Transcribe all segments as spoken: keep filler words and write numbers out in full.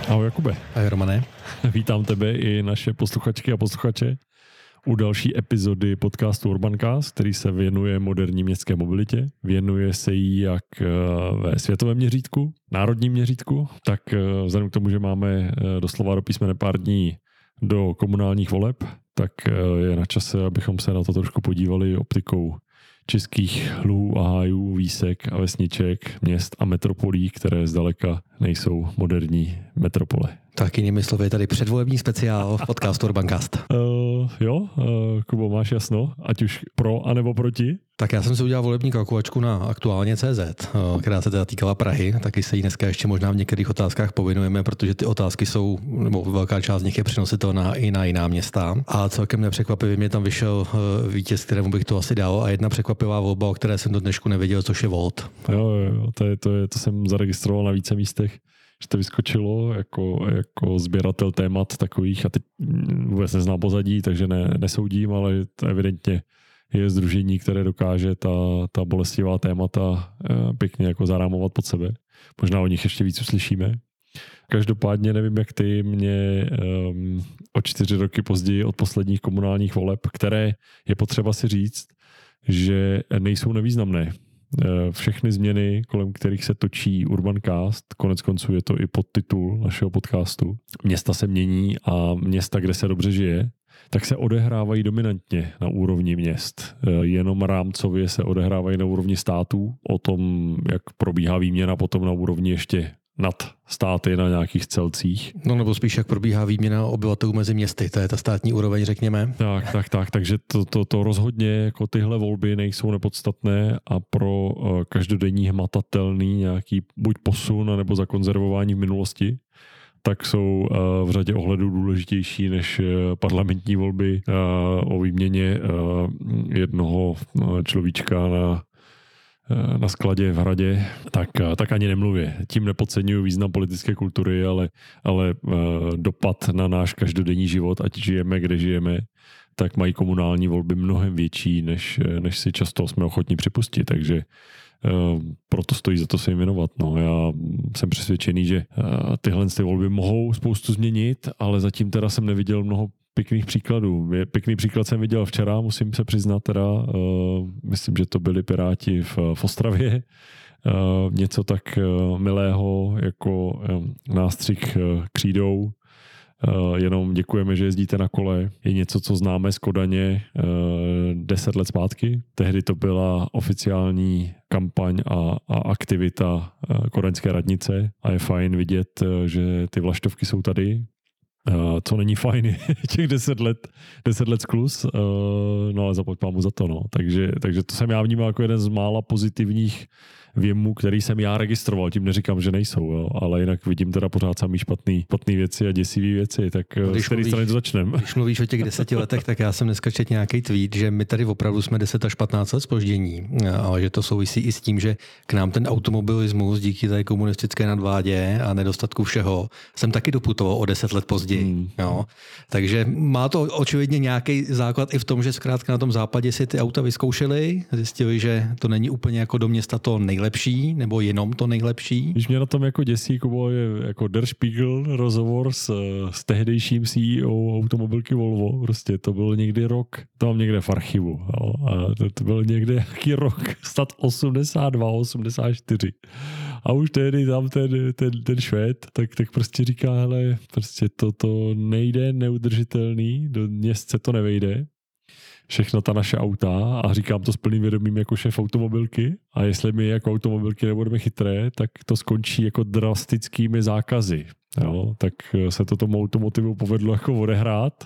Ahoj Jakube. Ahoj Romane. Vítám tebe i naše posluchačky a posluchače u další epizody podcastu Urbancast, který se věnuje moderní městské mobilitě. Věnuje se jí jak ve světovém měřítku, národním měřítku, tak vzhledem k tomu, že máme doslova do písmene pár dní do komunálních voleb, tak je na čase, abychom se na to trošku podívali optikou českých lů a hájů, výsek a vesniček, měst a metropolí, které zdaleka nejsou moderní metropole. Tak jinými slovy je tady předvolební speciál v podcastu Urbancast. Uh, jo, uh, Kubo, máš jasno, ať už pro anebo proti? Tak já jsem si udělal volební kalkulačku na aktuálně tečka cé zet, která se teda týkala Prahy, taky se jí dneska ještě možná v některých otázkách povinujeme, protože ty otázky jsou, nebo velká část z nich je přenositelná i na jiná města. A celkem nepřekvapivě mě tam vyšel vítěz, kterému bych to asi dal, a jedna překvapivá volba, o které jsem do dnešku nevěděl, což je Volt. Jo, jo, to, je, to, je, to jsem zaregistroval na více místech, že to vyskočilo jako, jako sběratel témat takových, a teď vůbec neznám pozadí, takže ne, nesoudím, ale to evidentně je sdružení, které dokáže ta, ta bolestivá témata pěkně jako zarámovat pod sebe. Možná o nich ještě víc uslyšíme. Každopádně nevím, jak ty, mě um, o čtyři roky později od posledních komunálních voleb, které je potřeba si říct, že nejsou nevýznamné. Všechny změny, kolem kterých se točí Urbancast, konec konců je to i podtitul našeho podcastu, města se mění a města, kde se dobře žije, tak se odehrávají dominantně na úrovni měst. Jenom rámcově se odehrávají na úrovni států, o tom, jak probíhá výměna potom na úrovni ještě nad státy na nějakých celcích. No nebo spíš, jak probíhá výměna obyvatelů mezi městy, to je ta státní úroveň, řekněme. Tak, tak, tak, takže to, to, to rozhodně jako tyhle volby nejsou nepodstatné a pro uh, každodenní hmatatelný nějaký buď posun, nebo zakonzervování v minulosti, tak jsou uh, v řadě ohledů důležitější než uh, parlamentní volby uh, o výměně uh, jednoho uh, človíčka na na skladě v Hradě, tak, tak ani nemluvě. Tím nepodceňuji význam politické kultury, ale, ale dopad na náš každodenní život, ať žijeme, kde žijeme, tak mají komunální volby mnohem větší, než, než si často jsme ochotní připustit. Takže proto stojí za to se jim věnovat. No, já jsem přesvědčený, že tyhle ty volby mohou spoustu změnit, ale zatím teda jsem neviděl mnoho pěkných příkladů. Pěkný příklad jsem viděl včera, musím se přiznat teda, uh, myslím, že to byli Piráti v, v Ostravě. Uh, něco tak uh, milého jako um, nástřih uh, křídou. Uh, jenom děkujeme, že jezdíte na kole. Je něco, co známe z Kodaně uh, deset let zpátky. Tehdy to byla oficiální kampaň a, a aktivita uh, kodaňské radnice a je fajn vidět, uh, že ty vlaštovky jsou tady. Uh, co není fajn, je těch deset let, deset let skluz, uh, no ale zaplať pámu za to, no. Takže, takže to jsem já vnímal jako jeden z mála pozitivních věmů, který jsem já registroval, tím neříkám, že nejsou, jo, ale jinak vidím teda pořád samý špatný, špatný věci a děsivý věci, tak no, z které strany to začneme. Když mluvíš o těch deseti letech, tak já jsem dneska četl nějaký tweet, že my tady opravdu jsme deset až patnáct let zpoždění, ale že to souvisí i s tím, že k nám ten automobilismus díky té komunistické nadvládě a nedostatku všeho jsem taky doputoval o deset let později. Hmm. Jo. Takže má to očividně nějaký základ i v tom, že zkrátka na tom západě si ty auta vyzkoušeli, zjistili, že to není úplně jako do města to nejlepší, nebo jenom to nejlepší. Když mě na tom jako děsí, Kubo, je jako Der Spiegel rozhovor s, s tehdejším C E O automobilky Volvo. Prostě to byl někdy rok, to mám někde v archivu. Jo, a to, to byl někde jaký rok, snad osmdesát dva, osmdesát čtyři. A už tehdy tam ten, ten, ten Švéd, tak, tak prostě říká, hele, prostě to, to nejde, neudržitelný, do měst se to nevejde. Všechno ta naše auta, a říkám to s plným vědomím jako šéf automobilky, a jestli my jako automobilky nebudeme chytré, tak to skončí jako drastickými zákazy. Jo? Tak se to tomu automotivu povedlo jako odehrát.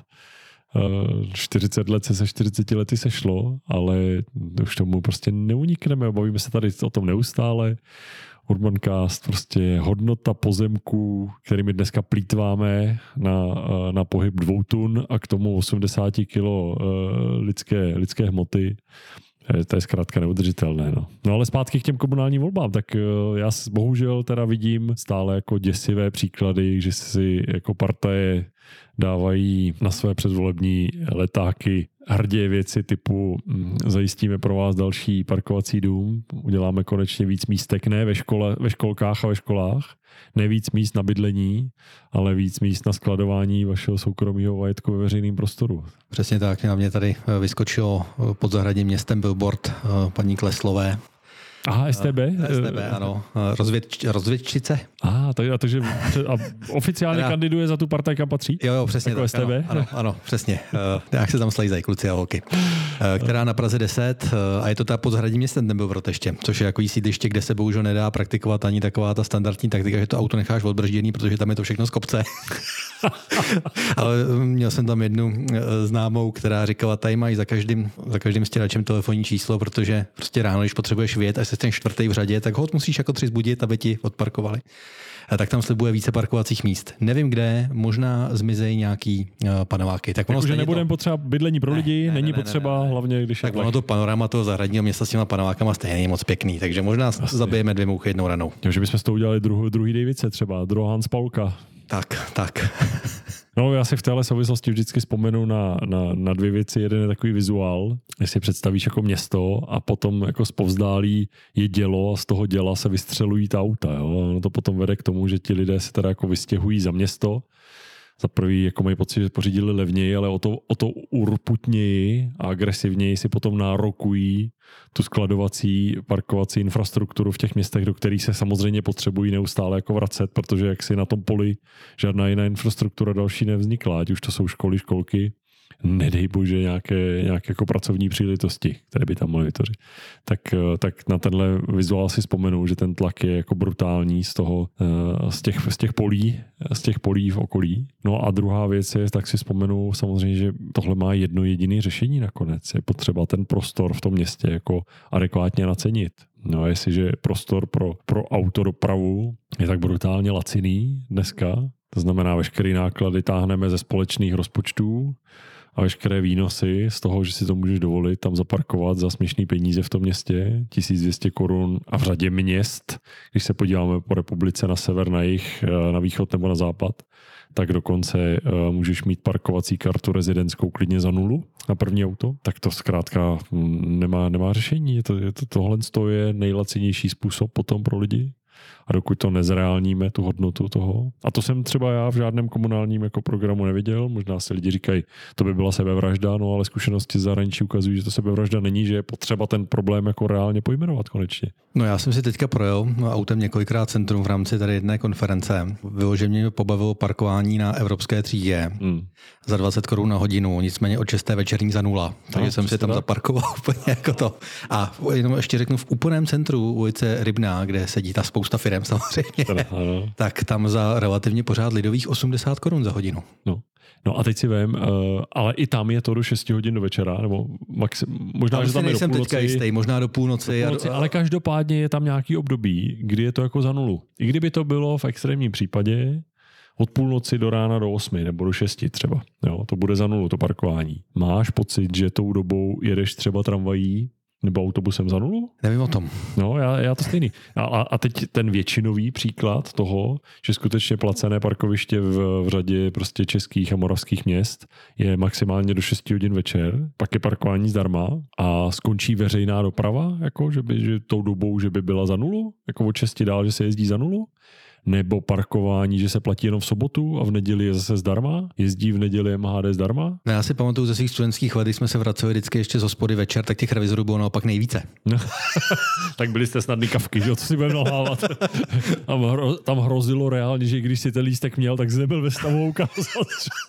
čtyřicet let se se čtyřiceti lety sešlo, ale už tomu prostě neunikneme, bavíme se tady o tom neustále. Urbancast, prostě hodnota pozemků, kterými dneska plýtváme na, na pohyb dvou tun a k tomu osmdesát kilo lidské, lidské hmoty. To je zkrátka neudržitelné. No. no ale zpátky k těm komunálním volbám, tak já bohužel teda vidím stále jako děsivé příklady, že si jako partaje dávají na své předvolební letáky hrdě věci typu hm, zajistíme pro vás další parkovací dům, uděláme konečně víc místek, ne ve, škole, ve školkách a ve školách, ne víc míst na bydlení, ale víc míst na skladování vašeho soukromého majetku ve veřejném prostoru. Přesně tak, na mě tady vyskočilo pod zahradním městem billboard paní Kleslové. Aha, S T B? S T B, ano. Rozvědč, rozvědčice. Aha, takže, takže a oficiálně teda kandiduje za tu partaj, kam patří? Jo, jo, přesně jako tak. S T B? Ano, ano, ano, přesně. Jak se tam slejzají kluci a holky. Která na Praze deset a je to ta pod zahradním městem ten billboard ještě, což je jako sídliště, kde se bohužel nedá praktikovat ani taková ta standardní taktika, že to auto necháš odbržděný, protože tam je to všechno z kopce. Ale měl jsem tam jednu známou, která říkala, tady máš za každým, za každým stěračem telefonní číslo, protože prostě ráno, když potřebuješ vyjet, až jsi ten čtvrtý v řadě, tak hod musíš jako tři zbudit, aby ti odparkovali. A tak tam slibuje více parkovacích míst. Nevím kde, možná zmizejí nějaký uh, paneláky. Tak Takže nebudeme to... potřeba bydlení pro lidi, ne, není ne, ne, potřeba, ne, ne, ne. hlavně když tak je ono to panorama toho zahradního města s těma panelákama stejně není moc pěkný, takže možná Asi. zabijeme dvě mouchy jednou ranou. Jo, že bychom to udělali druhý, druhý Davice třeba, druhý Hans Paulka. Tak, tak. No, já si v téhle souvislosti vždycky vzpomenu na, na, na dvě věci. Jeden je takový vizuál, jestli představíš jako město a potom jako zpovzdálí je dělo a z toho děla se vystřelují ta auta. Jo? No to potom vede k tomu, že ti lidé se teda jako vystěhují za město. Za prvý jako mají pocit, že pořídili levněji, ale o to, o to urputněji a agresivněji si potom nárokují tu skladovací, parkovací infrastrukturu v těch městech, do kterých se samozřejmě potřebují neustále jako vracet, protože jak si na tom poli žádná jiná infrastruktura další nevznikla, ať už to jsou školy, školky, nedej bože nějaké, nějaké jako pracovní příležitosti, které by tam mohly vytvořit. Tak, tak na tenhle vizuál si vzpomenu, že ten tlak je jako brutální z toho, z těch, z těch polí, z těch polí v okolí. No a druhá věc je, tak si vzpomenu samozřejmě, že tohle má jedno jediné řešení nakonec. Je potřeba ten prostor v tom městě jako adekvátně nacenit. No a jestliže prostor pro, pro autodopravu je tak brutálně laciný dneska, to znamená veškeré náklady táhneme ze společných rozpočtů, a veškeré výnosy z toho, že si to můžeš dovolit tam zaparkovat za směšný peníze v tom městě, tisíc dvě stě korun a v řadě měst, když se podíváme po republice na sever, na jih, na východ nebo na západ, tak dokonce můžeš mít parkovací kartu rezidentskou klidně za nulu na první auto, tak to zkrátka nemá, nemá řešení. Je to, je to, tohle je nejlacinější způsob potom pro lidi. A dokud to nezreálníme, tu hodnotu toho. A to jsem třeba já v žádném komunálním jako programu neviděl. Možná si lidi říkají, to by byla sebevražda, no ale zkušenosti z zahraničí ukazují, že to sebevražda není, že je potřeba ten problém jako reálně pojmenovat konečně. No já jsem si teďka projel autem několikrát centrum v rámci tady jedné konference. Vyloženě mě pobavilo parkování na evropské třídě hmm. za dvacet korun na hodinu, nicméně od šesté večerní za nula. Takže no, jsem si tam tak zaparkoval úplně jako to. A jenom ještě řeknu, v úplném centru ulice Rybná, kde sedí ta spousta firem samozřejmě, teda, tak tam za relativně pořád lidových osmdesát korun za hodinu. No. No a teď si vem, uh, ale i tam je to do šesti hodin do večera, nebo maxim, možná, tam že tam je do půlnoci. Teďka jistý, možná do půlnoci. Do půlnoci a... Ale každopádně je tam nějaký období, kdy je to jako za nulu. I kdyby to bylo v extrémním případě od půlnoci do rána do osmi nebo do šesti třeba. Jo, to bude za nulu, to parkování. Máš pocit, že tou dobou jedeš třeba tramvají nebo autobusem za nulu? Nevím o tom. No, já, já to stejný. A, a teď ten většinový příklad toho, že skutečně placené parkoviště v, v řadě prostě českých a moravských měst je maximálně do šesti hodin večer, pak je parkování zdarma a skončí veřejná doprava, jako, že by že tou dobou, že by byla za nulu, jako od šesti dál, že se jezdí za nulu. Nebo parkování, že se platí jenom v sobotu a v neděli je zase zdarma? Jezdí v neděli M H D zdarma? No, já si pamatuju ze svých studentských let, když jsme se vraceli vždycky ještě z hospody večer, tak těch revizorů bylo naopak nejvíce. No. Tak byli jste snadný kavky, že? To si budeme nalhávat. Tam, hro, tam hrozilo reálně, že když si ten lístek měl, tak nebyl ve stavu ukázat.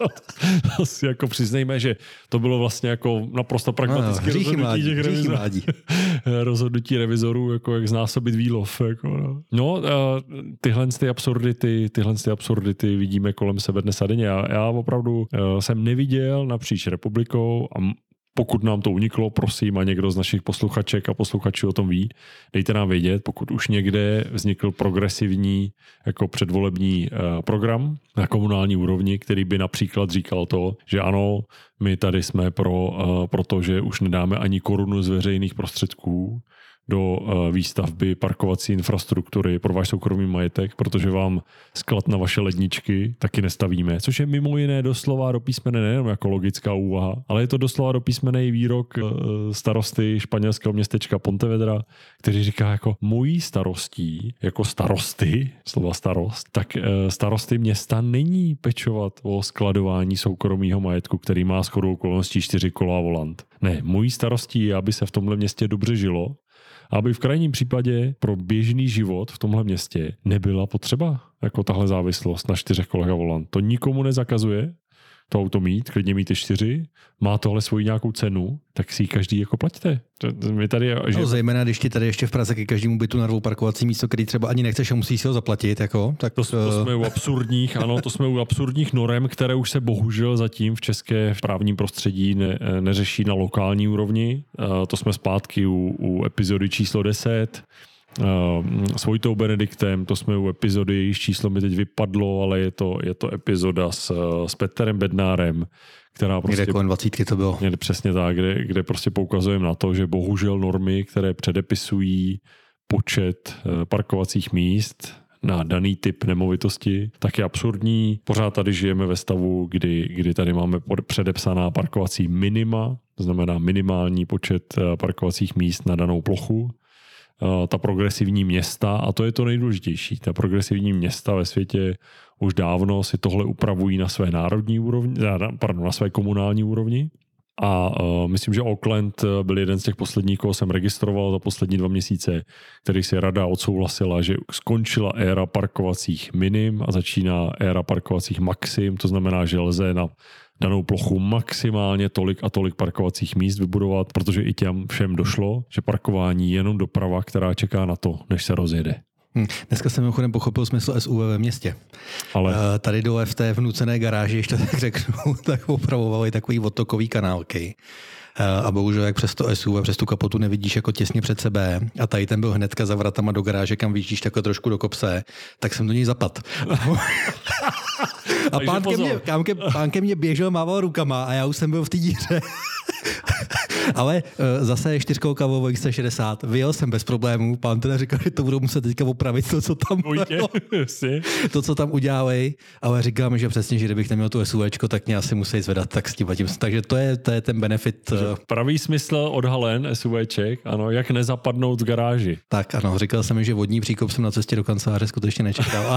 Asi jako přiznejme, že to bylo vlastně jako naprosto pragmatické no, rozhodnutí mládí, těch revizorů. Rozhodnutí revizorů, jako jak znásobit výlov. Jako, no, no tyhle ty absurdity, tyhle ty absurdity vidíme kolem sebe dnes a denně. Já, já opravdu uh, jsem neviděl napříč republikou a pokud nám to uniklo, prosím, a někdo z našich posluchaček a posluchačů o tom ví, dejte nám vědět, pokud už někde vznikl progresivní jako předvolební uh, program na komunální úrovni, který by například říkal to, že ano, my tady jsme pro, uh, proto, že už nedáme ani korunu z veřejných prostředků do výstavby parkovací infrastruktury pro váš soukromý majetek, protože vám sklad na vaše ledničky taky nestavíme, což je mimo jiné doslova do písmene nejenom jako logická úvaha, ale je to doslova do písmene i výrok starosty španělského městečka Pontevedra, který říká jako mojí starostí, jako starosty, slova starost, tak starosty města není pečovat o skladování soukromého majetku, který má shodou okolností čtyři kola a volant. Ne, mojí starostí je, aby se v tomhle městě dobře žilo, aby v krajním případě pro běžný život v tomhle městě nebyla potřeba jako tahle závislost na čtyřech kolech a volant. To nikomu nezakazuje to auto mít, klidně mít ty čtyři, má tohle svoji nějakou cenu, tak si ji každý jako plaťte. My tady, že... No, zejména, když ti tady ještě v Praze ke každému bytu narvou parkovací místo, který třeba ani nechceš a musíš si ho zaplatit. Jako, tak... to, to jsme u absurdních, ano, to jsme u absurdních norem, které už se bohužel zatím v české právním prostředí ne, neřeší na lokální úrovni. To jsme zpátky u, u epizody číslo deset. Uh, s Vojtou Benediktem, to jsme u epizody, jejíž číslo mi teď vypadlo, ale je to, je to epizoda s, s Petrem Bednárem, která prostě... Někde kolem dvacítky to bylo. Přesně tak, kde, kde prostě poukazujeme na to, že bohužel normy, které předepisují počet uh, parkovacích míst na daný typ nemovitosti, tak je absurdní. Pořád tady žijeme ve stavu, kdy, kdy tady máme předepsaná parkovací minima, to znamená minimální počet uh, parkovacích míst na danou plochu. Ta progresivní města, a to je to nejdůležitější, ta progresivní města ve světě už dávno si tohle upravují na své národní úrovni, pardon, na své komunální úrovni. A uh, myslím, že Auckland byl jeden z těch posledních, koho jsem registroval za poslední dva měsíce, který si rada odsouhlasila, že skončila éra parkovacích minim a začíná éra parkovacích maxim, to znamená, že lze na danou plochu maximálně tolik a tolik parkovacích míst vybudovat, protože i těm všem došlo, že parkování je jenom doprava, která čeká na to, než se rozjede. Hmm. Dneska jsem mimochodem pochopil smysl S U V ve městě. Ale... Tady dole v té vnucené garáži, ještě tak řeknu, tak opravovali takový odtokový kanálky. A bohužel, jak přes to S U V, přes tu kapotu nevidíš jako těsně před sebe a tady ten byl hnedka za vratama do garáže, kam vidíš takhle trošku do kopce, tak jsem do něj zapad. A pán ke, mě, pán ke mě běžel, mával rukama a já už jsem byl v té díře. Ale uh, zase čtyřkolka Volvo X C šedesát. Vyjel jsem bez problémů. Pán teda říkal, že to budou muset teďka opravit to, co tam no, to, co tam udělali. Ale říkám, že přesně, že kdybych neměl tu SUVčko, tak mě asi musí zvedat tak s tím. Takže to je, to je ten benefit. Uh... Pravý smysl odhalen SUVček, ano, jak nezapadnout v garáži. Tak ano, říkal jsem, že vodní příkop jsem na cestě do kanceláře skutečně nečekal.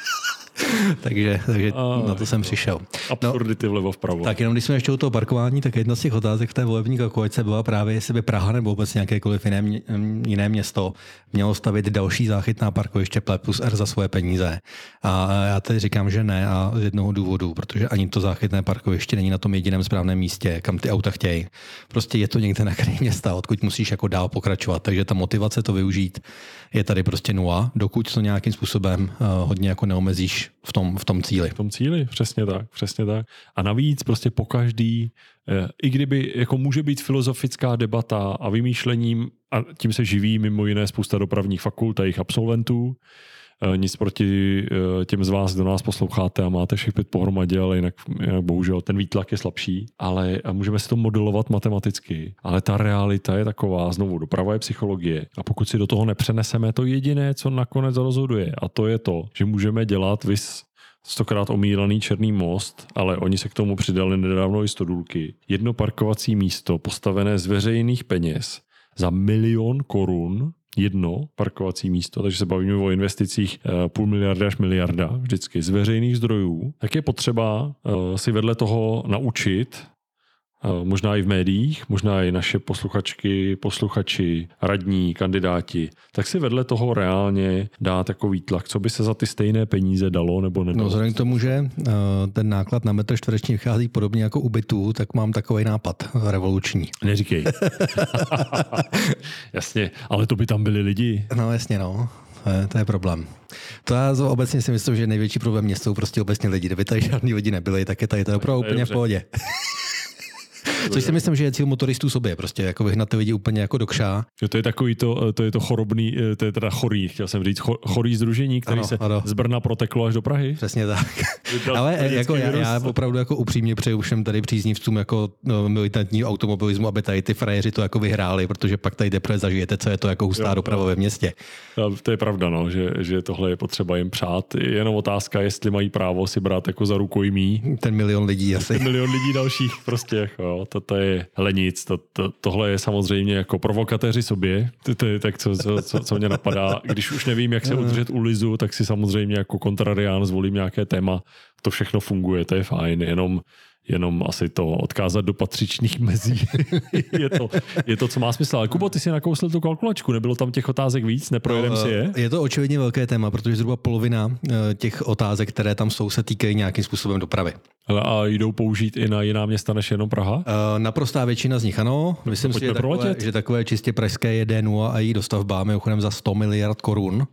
takže takže a, na to jsem přišel. Absurdity no, vlevo vpravo. Tak jenom když jsme ještě u toho parkování, tak jedna z těch otázek v té volební kalkulačce byla právě, jestli by Praha nebo vůbec nějakékoliv jiné, jiné město mělo stavit další záchytná parkoviště P plus R za svoje peníze. A já tedy říkám, že ne a z jednoho důvodu, protože ani to záchytné parkoviště není na tom jediném správném místě, kam ty auta chtějí. Prostě je to někde na kraji města, odkud musíš jako dál pokračovat. Takže ta motivace to využít je tady prostě nula, dokud to nějakým způsobem uh, hodně jako neomezíš v tom, v tom cíli. V tom cíli, přesně tak, přesně tak. A navíc prostě po každý, eh, i kdyby jako může být filozofická debata a vymýšlením, a tím se živí mimo jiné spousta dopravních fakult a jejich absolventů, eh, nic proti eh, těm z vás, kdo nás posloucháte a máte všech pět pohromadě, ale jinak, jinak bohužel ten výtlak je slabší, ale a můžeme si to modelovat matematicky, ale ta realita je taková, znovu doprava je psychologie a pokud si do toho nepřeneseme to jediné, co nakonec rozhoduje, a to je to, že můžeme dělat vys stokrát omílaný černý most, ale oni se k tomu přidali nedávno i stodůlky. Jedno parkovací místo postavené z veřejných peněz za milion korun, jedno parkovací místo, takže se bavíme o investicích půl miliardy až miliarda vždycky z veřejných zdrojů, tak je potřeba si vedle toho naučit, možná i v médiích, možná i naše posluchačky, posluchači, radní, kandidáti, tak si vedle toho reálně dát takový tlak, co by se za ty stejné peníze dalo nebo nedalo. No vzhledem k tomu, že ten náklad na metr čtvereční vychází podobně jako u bytů, tak mám takový nápad revoluční. Neříkej. Jasně, ale to by tam byli lidi. No jasně, no. To je, to je problém. To já obecně si myslím, že největší problém měst jsou prostě obecně lidi. Kdyby tady žádní lidi nebyli, tak je tady to opravdu úplně v pohodě. Což si myslím, že je cíl motoristů sobě, prostě jako vyhnat ty lidi úplně jako do kšá. Že to je takový to, to je to chorobný, to je teda chorý, chtěl jsem říct, chorý sdružení, který ano, se ano. z Brna proteklo až do Prahy. Přesně tak. Ale jako já, já opravdu jako upřímně přeju všem tady příznivcům jako no, militantního automobilismu, aby tady ty frajeři to jako vyhráli, protože pak tady teprve zažijete, co je to jako hustá jo, doprava jo. ve městě. To je pravda, no, že, že tohle je potřeba jim přát. Je jenom otázka, jestli mají právo si brát jako za rukojmí. Ten milion lidí asi. Ten milion lidí dalších prostě. Jako, jo, to, to je lenic. To, to, tohle je samozřejmě jako provokatéři sobě. To, to je tak, co, co, co, co mě napadá. Když už nevím, jak se udržet u lizu, tak si samozřejmě jako kontrarián zvolím nějaké téma. To všechno funguje, to je fajn. Jenom Jenom asi to odkázat do patřičných mezí. je, to, je to, co má smysl. Ale Kubo, ty si nakousl tu kalkulačku, nebylo tam těch otázek víc, neprojedem no, si je? Je to očividně velké téma, protože zhruba polovina těch otázek, které tam jsou, se týkají nějakým způsobem dopravy. Ale a jdou použít i na jiná města než jenom Praha? Naprostá většina z nich ano. Myslím si, že takové, že takové čistě pražské je D nula a její dostavba mimochodem za sto miliard korun.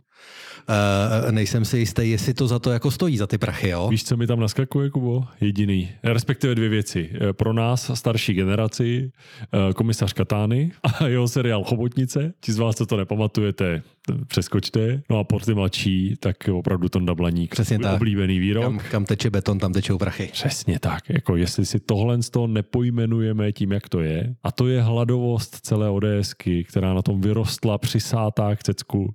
Uh, nejsem si jistý, jestli to za to jako stojí, za ty prachy, jo? Víš, co mi tam naskakuje, Kubo? Jediný. Respektive dvě věci. Pro nás, starší generaci, komisař Katány a jeho seriál Chobotnice. Ti z vás, co to nepamatujete, přeskočte. No a pro ty mladší, tak opravdu Tonda Blaník. Přesně tak. Oblíbený výrok. Kam, kam teče beton, tam tečou prachy. Přesně tak. Jako jestli si tohle z toho nepojmenujeme tím, jak to je. A to je hladovost celé ODSky, která na tom vyrostla přisátá k cecku.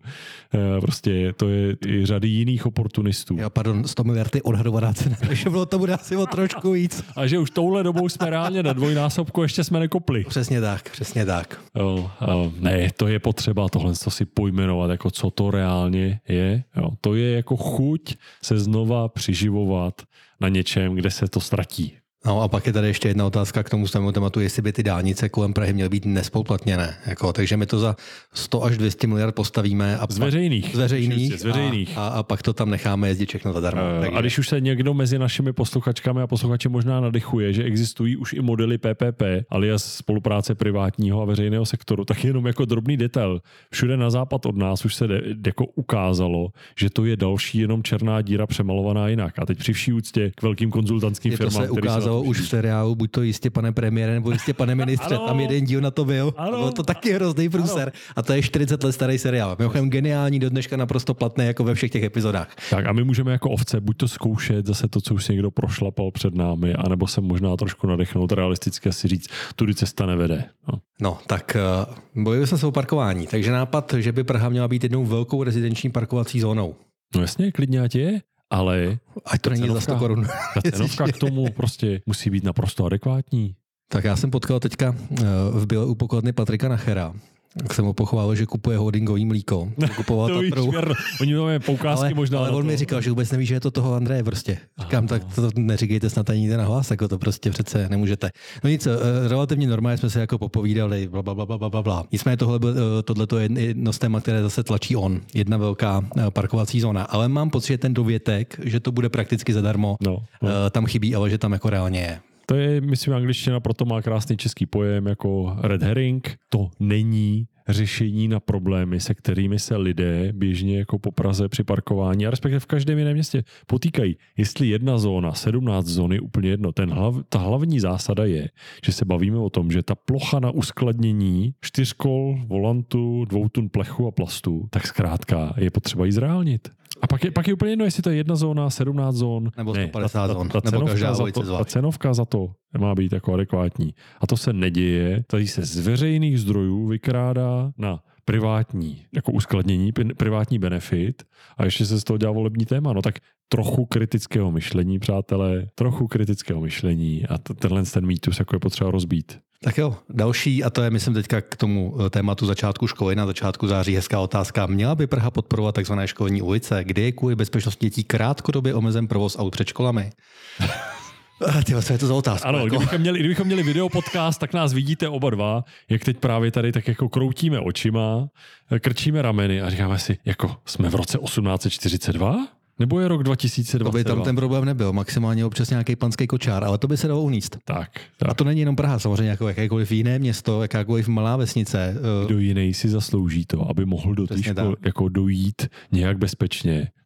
Prostě to je i řady jiných oportunistů. Jo, pardon, sto miliard je odhadovaná cena, takže bylo to bude asi o trošku víc. A že už touhle dobou jsme reálně na dvojnásobku ještě jsme nekopli. Přesně tak, přesně tak. Jo, ne, to je potřeba tohle si pojmenovat, jako co to reálně je. Jo, to je jako chuť se znova přiživovat na něčem, kde se to ztratí. No a pak je tady ještě jedna otázka k tomu svému tématu, jestli by ty dálnice kolem Prahy měly být nespoplatněné. Jako, takže my to za sto až dvě stě miliard postavíme. A z veřejných. Z veřejných. Z veřejných. A, a, a pak to tam necháme jezdit všechno zadarmo. Uh, takže... A když už se někdo mezi našimi posluchačkami a posluchači možná nadychuje, že existují už i modely P P P, alias spolupráce privátního a veřejného sektoru, tak jenom jako drobný detail. Všude na západ od nás už se de, jako ukázalo, že to je další jenom černá díra přemalovaná jinak. A teď při vší úctě k velkým konzultantským je firmám, to se ukázalo už v seriálu, buď to jistě pane premiére, nebo jistě pane ministře, tam jeden díl na to byl. Ano. A bylo to taky hrozný průser. A to je čtyřicet let starý seriál. Mimochodem geniální, do dneška naprosto platné jako ve všech těch epizodách. Tak a my můžeme jako ovce buď to zkoušet zase to, co už si někdo prošlapal před námi, anebo se možná trošku nadechnout realisticky a si říct, tudy cesta nevede. No, no tak uh, bojili jsme se o parkování. Takže nápad, že by Praha měla být jednou velkou rezidenční parkovací zónou. No jasně, klidně ať je. Ale ať to není za sto korun. Ta cenovka k tomu prostě musí být naprosto adekvátní. Tak já jsem potkal teďka v Bile u pokladny Patrika Nachera. Tak jsem ho pochválil, že kupuje holdingový mlíko. Kupoval to Tatru. Oni máme poukázky ale, možná. Ale on mi říkal, že vůbec neví, že je to toho Andreje prostě. Říkám, Aha. tak to neříkejte snad ani na hlas, jako to prostě přece nemůžete. No nic, relativně normálně jsme se jako popovídali, bla, bla, bla, bla, bla. Nicméně tohle, tohle to je jedno z témat, které zase tlačí on. Jedna velká parkovací zóna. Ale mám pocit, že ten dovětek, že to bude prakticky zadarmo, no, no. tam chybí, ale že tam jako reálně je. To je, myslím, angličtina, proto má krásný český pojem jako red herring. To není řešení na problémy, se kterými se lidé běžně jako po Praze při parkování a respektive v každém jiném městě potýkají. Jestli jedna zóna, sedmnáct zón je úplně jedno. Ten hlav, ta hlavní zásada je, že se bavíme o tom, že ta plocha na uskladnění čtyřkol, volantu, dvou tun plechu a plastu, tak zkrátka je potřeba ji zreálnit. A pak je, pak je úplně jedno, jestli to je jedna zóna, sedmnáct zón. Nebo sto padesát ne, zón. Ta, ta, ta, cenovka za to, ta cenovka za to má být jako adekvátní. A to se neděje. Tady se z veřejných zdrojů vykrádá na privátní jako uskladnění, privátní benefit a ještě se z toho dělá volební téma. No tak trochu kritického myšlení, přátelé, trochu kritického myšlení a tenhle ten mýtus jako je potřeba rozbít. Tak jo, další, a to je, myslím, teďka k tomu tématu začátku školy, na začátku září hezká otázka. Měla by Praha podporovat takzvané školní ulice, kdy je kvůli bezpečnosti dětí krátkodobě omezen provoz aut před školami? Tyhle, co je to za otázka? Ano, jako? kdybychom, měli, kdybychom měli video podcast, tak nás vidíte oba dva, jak teď právě tady tak jako kroutíme očima, krčíme rameny a říkáme si, jako jsme v roce osmnáct set čtyřicet dva? Nebo je rok dva tisíce dvacet dva? To by tam ten problém nebyl, maximálně občas nějaký panský kočár, ale to by se dalo uníst. Tak, tak. A to není jenom Praha, samozřejmě jako jakékoliv jiné město, jakákoliv malá vesnice. Kdo jiný si zaslouží to, aby mohl do té školy jako dojít nějak bezpečně,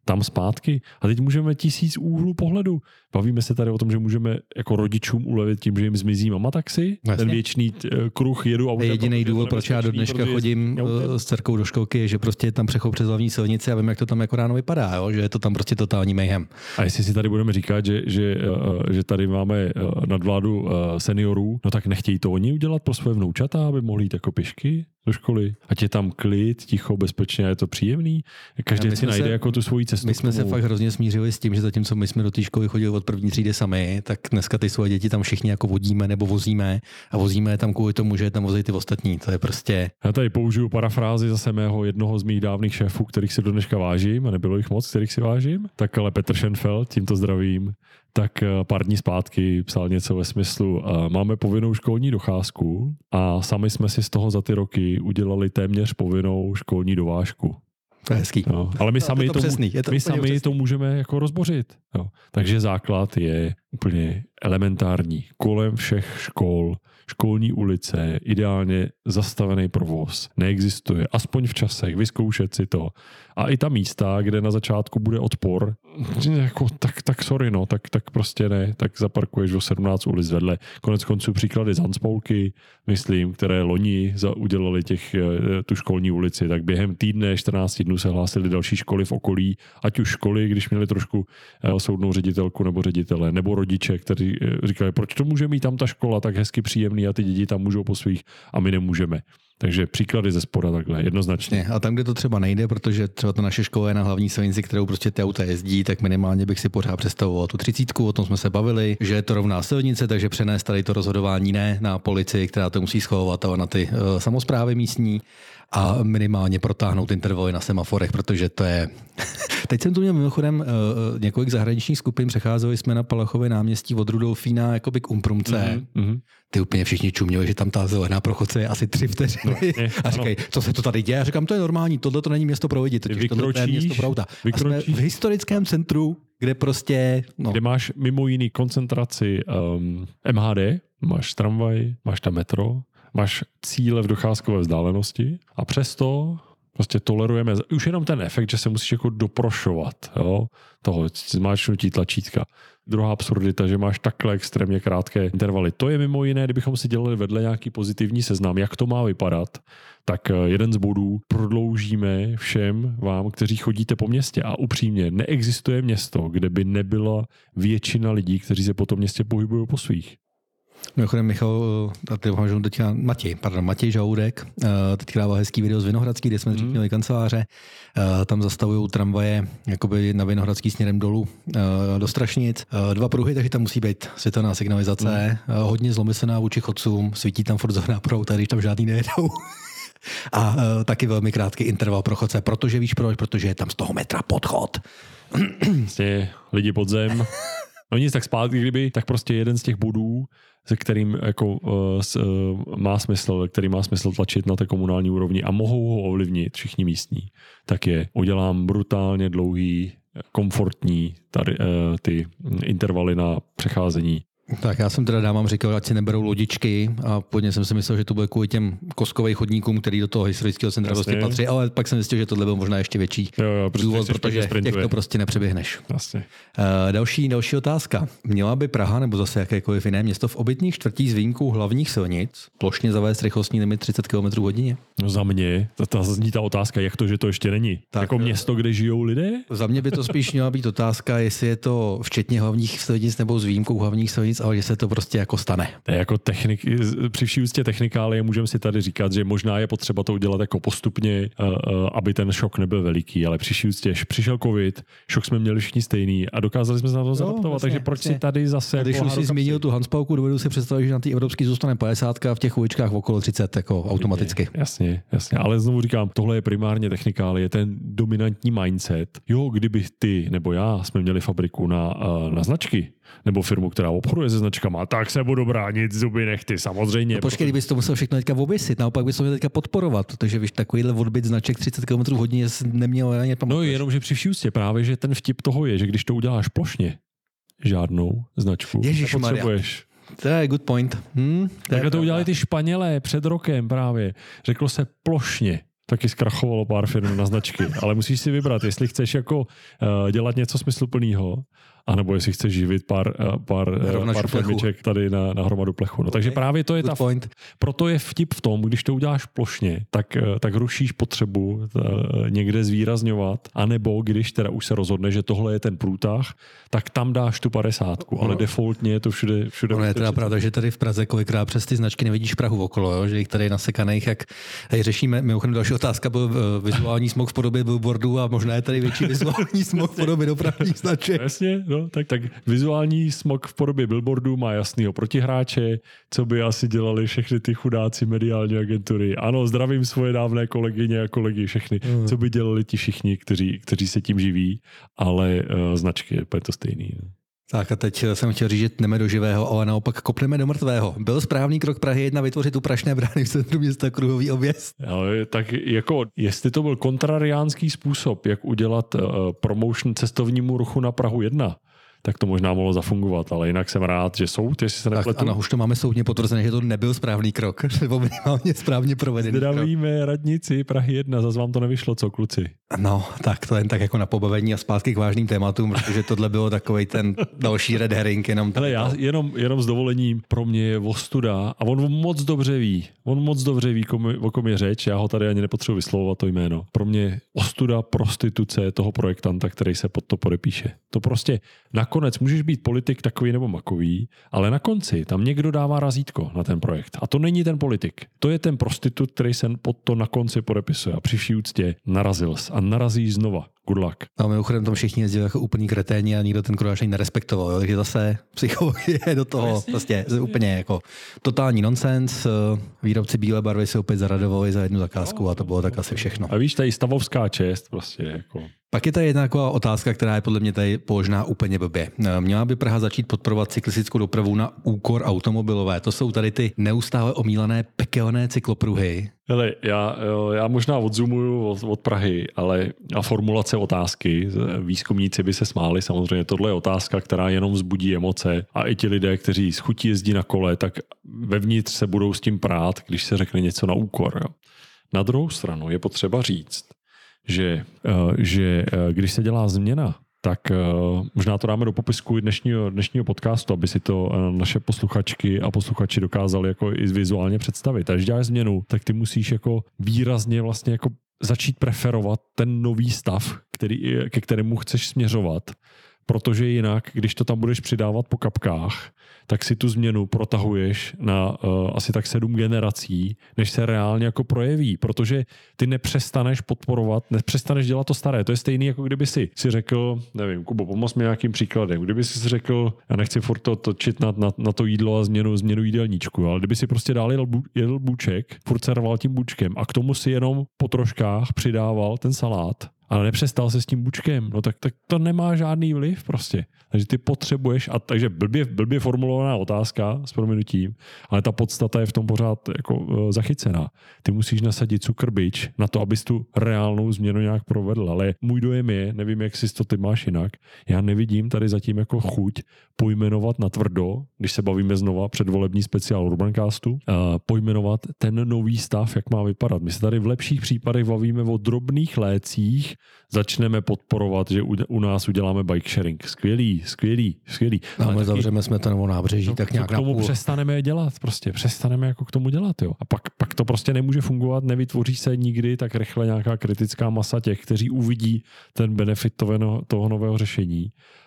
tam zpátky. A teď můžeme tisíc úhlů pohledu. Bavíme se tady o tom, že můžeme jako rodičům ulevit tím, že jim zmizí mama taxi. Vlastně. Ten věčný kruh jedu autem. Jediný důvod, proč já do dneška chodím s dcerkou do školky, je, že prostě je tam přechod přes hlavní silnici a vím, jak to tam jako ráno vypadá, jo? Že je to tam prostě totální mayhem. A jestli si tady budeme říkat, že, že, že tady máme nadvládu seniorů, no tak nechtějí to oni udělat pro své vnoučata, aby mohli jít jako pěšky do školy. Ať je tam klid, ticho, bezpečně, je to příjemný. Každý si najde se, jako tu svoji cestu. My jsme se fakt hrozně smířili s tím, že zatímco my jsme do té školy chodili od první třídy sami, tak dneska ty svoje děti tam všichni jako vodíme nebo vozíme a vozíme je tam kvůli tomu, že je tam vozí ty ostatní. To je prostě... Já tady použiju parafrázi zase mého jednoho z mých dávných šéfů, kterých si do dneška vážím, a nebylo jich moc, kterých si vážím. Tak ale Petr Schenfeld, tímto zdravím, tak pár dní zpátky psal něco ve smyslu, máme povinnou školní docházku a sami jsme si z toho za ty roky udělali téměř povinnou školní dovážku. To je hezký. No, ale my sami, to, to, přesný, to, to my sami to můžeme jako rozbořit. Jo. Takže základ je úplně elementární. Kolem všech škol, školní ulice, ideálně zastavený provoz. Neexistuje. Aspoň v časech. Vyzkoušet si to. A i ta místa, kde na začátku bude odpor, jako, tak, tak sorry, no, tak, tak prostě ne. Tak zaparkuješ o sedmnáct ulic vedle. Konec konců příklady z Hanspolky, myslím, které loni za, udělali těch, tu školní ulici, tak během týdne, čtrnáct dnů se hlásily další školy v okolí, ať už školy, když měli trošku soudnou ředitelku nebo ředitele, nebo rodiče, kteří říkali, proč to může mít tam ta škola tak hezky příjemný a ty děti tam můžou po svých a my nemůžeme. Takže příklady ze spoda takhle, jednoznačně. A tam, kde to třeba nejde, protože třeba ta naše škola je na hlavní silnici, kterou prostě ty auta jezdí, tak minimálně bych si pořád představoval tu třicítku, o tom jsme se bavili, že je to rovná silnice, takže přenést tady to rozhodování ne na policii, která to musí schvalovat, ale na ty uh, samosprávy místní a minimálně protáhnout intervaly na semaforech, protože to je... Teď jsem tu měl mimochodem uh, několik zahraničních skupin, přecházeli jsme na Palachově náměstí od Rudolfína jakoby k Umprumce. Mm-hmm. Ty úplně všichni čuměli, že tam ta zelená prochodce je asi tři vteřiny. No, a říkají, co se to tady děje? Já říkám, to je normální, tohle to není město pro lidi, totiž tohle je město pro auta. A jsme v historickém centru, kde prostě... No. Kde máš mimo jiný koncentraci um, M H D, máš tramvaj, máš tam metro, máš cíle v docházkové vzdálenosti a přesto prostě tolerujeme už jenom ten efekt, že se musíš jako doprošovat, jo, toho zmáčknutí tlačítka. Druhá absurdita, že máš takhle extrémně krátké intervaly. To je mimo jiné, kdybychom si dělali vedle nějaký pozitivní seznam, jak to má vypadat, tak jeden z bodů prodloužíme všem vám, kteří chodíte po městě. A upřímně, neexistuje město, kde by nebyla většina lidí, kteří se po tom městě pohybují po svých. Mimochodem Michal, a ty máš teďka Matěj, pardon, Matěj Žaludek, teďka dával hezký video z Vinohradský, kde jsme dřív měli kanceláře, tam zastavují tramvaje jakoby na Vinohradský směrem dolů do Strašnic. Dva pruhy, takže tam musí být světelná signalizace, mm. hodně zlomyslná vůči chodcům, svítí tam furt zóna pro auta, když tam žádný nejedou. A taky velmi krátký interval pro chodce, protože víš proč, protože je tam z toho metra podchod. Vlastně lidi pod zem. No nic, tak zpátky, kdyby, tak prostě jeden z těch bodů, se kterým jako, uh, s, uh, má smysl, který má smysl tlačit na té komunální úrovni a mohou ho ovlivnit všichni místní, tak je, udělám brutálně dlouhý, komfortní tady, uh, ty intervaly na přecházení. Tak já jsem teda dámám říkal, ať si neberou lodičky a původně jsem si myslel, že to bude kvůli těm koskovým chodníkům, který do toho historického centra vlastně patří, ale pak jsem zjistil, že tohle byl možná ještě větší jo, jo, důvod, protože těch to prostě nepřeběhneš. Vlastně. Uh, další, další otázka. Měla by Praha nebo zase jakékoliv jiné město v obytných čtvrtích s výjimkou hlavních silnic plošně zavést rychlostní limit třicet kilometrů hodině? No za mě, ta, ta zní ta otázka, jak to, že to ještě není. Tak, jako město, kde žijou lidé? Za mě by to spíš měla být otázka, jestli je to včetně hlavních silnic nebo s výjimkou hlavních silnic, ale že se to prostě jako stane. To je jako technik, při vší úctě technikálie můžeme si tady říkat, že možná je potřeba to udělat jako postupně, aby ten šok nebyl veliký, ale při vší úctě přišel covid, šok jsme měli všichni stejný a dokázali jsme se na to zadaptovat, takže proč si tady zase... Když jako už si zmínil tu Hanspauku, dovedu si představit, že na té evropské zůstane padesát a v těch uličkách okolo třicet jako automaticky. Jasně, jasně, ale znovu říkám, tohle je primárně technikálie, ten dominantní mindset. Jo, kdyby ty nebo já jsme měli fabriku na, na značky, nebo firmu, která obchoduje se značkama, tak se budu bránit zuby nechty, samozřejmě. No počkej, kdybys to musel všechno teďka oběsit, naopak bys to měl teďka podporovat, protože víš, takovýhle odbyt značek třicet kilometrů hodině neměl ani pamatuješ. No jenom, že při vší úctě právě, že ten vtip toho je, že když to uděláš plošně, žádnou značku nepotřebuješ. To je good point. Hmm, Takhle to udělali ty Španělé před rokem právě. Řeklo se plošně. taky zkrachovalo pár firm na značky, ale musíš si vybrat, jestli chceš jako uh, dělat něco smysluplného, anebo jestli chceš živit pár, uh, pár, uh, pár firmiček tady na, na hromadu plechu. No, okay. Takže právě to je ta... Point. Proto je vtip v tom, když to uděláš plošně, tak, uh, tak rušíš potřebu uh, někde zvýrazňovat, anebo když teda už se rozhodne, že tohle je ten průtah, tak tam dáš tu padesátku, no. Ale defaultně je to všude... všude ono je teda pravda, že tady v Praze kolikrát přes ty značky nevidíš prahu okolo, jo? Že jich tady nasekaných, jak tady řešíme, mimochodem další otázka byl vizuální smog v podobě billboardů a možná je tady větší vizuální smog v podobě dopravních značek. Jasně, no, tak, tak vizuální smog v podobě billboardů má jasnýho protihráče, co by asi dělali všechny ty chudáci mediální agentury. Ano, zdravím svoje dávné kolegyně a kolegy všechny, mm. co by dělali ti všichni, kteří, kteří se tím živí, ale uh, značky, je to stejný. No. Tak a teď jsem chtěl říct, že jdeme do živého, ale naopak kopneme do mrtvého. Byl správný krok Prahy jedna vytvořit u Prašné brány v centru města kruhový objezd? Ale tak jako, jestli to byl kontrariánský způsob, jak udělat uh, promotion cestovnímu ruchu na Prahu jedna, tak to možná mohlo zafungovat, ale jinak jsem rád, že soud, jestli se nepletu. Ano, už to máme soudně potvrzené, že to nebyl správný krok, nebo minimálně správně provedený Zdravíme krok. radnici Prahy jedna, zase vám to nevyšlo, co kluci? No, tak to jen tak jako na pobavení a zpátky k vážným tématům, protože tohle bylo takovej ten další red herring. Jenom ale já jenom, jenom s dovolením, pro mě je ostuda a on moc dobře ví, on moc dobře ví, komu, o kom je řeč, já ho tady ani nepotřebuji vyslovovat to jméno. Pro mě ostuda prostituce toho projektanta, který se pod to podepíše. To prostě nakonec můžeš být politik takový nebo makový, ale na konci tam někdo dává razítko na ten projekt. A to není ten politik. To je ten prostitut, který se pod to na konci podepisuje. A při vší úctě narazil a narazíš znova. Good luck. No, mimochodem tam všichni jezdili jako úplný kreténi a nikdo ten Kruháš ani nerespektoval. Jo? Takže zase psychologie do toho prostě úplně jako totální nonsens. Výrobci bílé barvy se opět zaradovali za jednu zakázku a to bylo tak asi všechno. A víš, tady stavovská čest prostě jako... Pak je tady jedna taková otázka, která je podle mě tady položená úplně blbě. Měla by Praha začít podporovat cyklistickou dopravu na úkor automobilové. To jsou tady ty neustále omílané pekelné cyklopruhy. Hele, já, já možná odzumuju od, od Prahy, ale a formulace otázky, výzkumníci by se smáli, samozřejmě tohle je otázka, která jenom vzbudí emoce a i ti lidé, kteří s chutí jezdí na kole, tak vevnitř se budou s tím prát, když se řekne něco na úkor. Jo. Na druhou stranu je potřeba říct, že, že když se dělá změna, tak možná to dáme do popisku dnešního, dnešního podcastu, aby si to naše posluchačky a posluchači dokázali jako i vizuálně představit. A když děláš změnu, tak ty musíš jako výrazně vlastně jako začít preferovat ten nový stav, který, ke kterému chceš směřovat, protože jinak, když to tam budeš přidávat po kapkách, tak si tu změnu protahuješ na uh, asi tak sedm generací, než se reálně jako projeví, protože ty nepřestaneš podporovat, nepřestaneš dělat to staré. To je stejný, jako kdyby si si řekl, nevím, Kubo, pomoz mi nějakým příkladem, kdyby si si řekl, já nechci furt to točit na, na, na to jídlo a změnu, změnu jídelníčku, ale kdyby si prostě dál jedl, jedl bůček, furt se rval tím bůčkem a k tomu si jenom po troškách přidával ten salát, ale nepřestal se s tím bučkem, no tak, tak to nemá žádný vliv prostě. Takže ty potřebuješ, a takže blbě, blbě formulovaná otázka s prominutím, ale ta podstata je v tom pořád jako uh, zachycená. Ty musíš nasadit cukrbič na to, abys tu reálnou změnu nějak provedl, ale můj dojem je, nevím, jak si to ty máš jinak, já nevidím tady zatím jako chuť pojmenovat na tvrdo, když se bavíme znova předvolební speciál Urbancastu, uh, pojmenovat ten nový stav, jak má vypadat. My se tady v lepších případech bavíme o drobných lécích, začneme podporovat, že u, u nás uděláme bike sharing. Skvělý, skvělý, skvělý. No, ale zavřeme jsme to nebo nábřeží, no, tak nějak k tomu napůl. Přestaneme dělat, prostě přestaneme jako k tomu dělat, jo. A pak, pak to prostě nemůže fungovat, nevytvoří se nikdy tak rychle nějaká kritická masa těch, kteří uvidí ten benefit toho, toho nového řešení.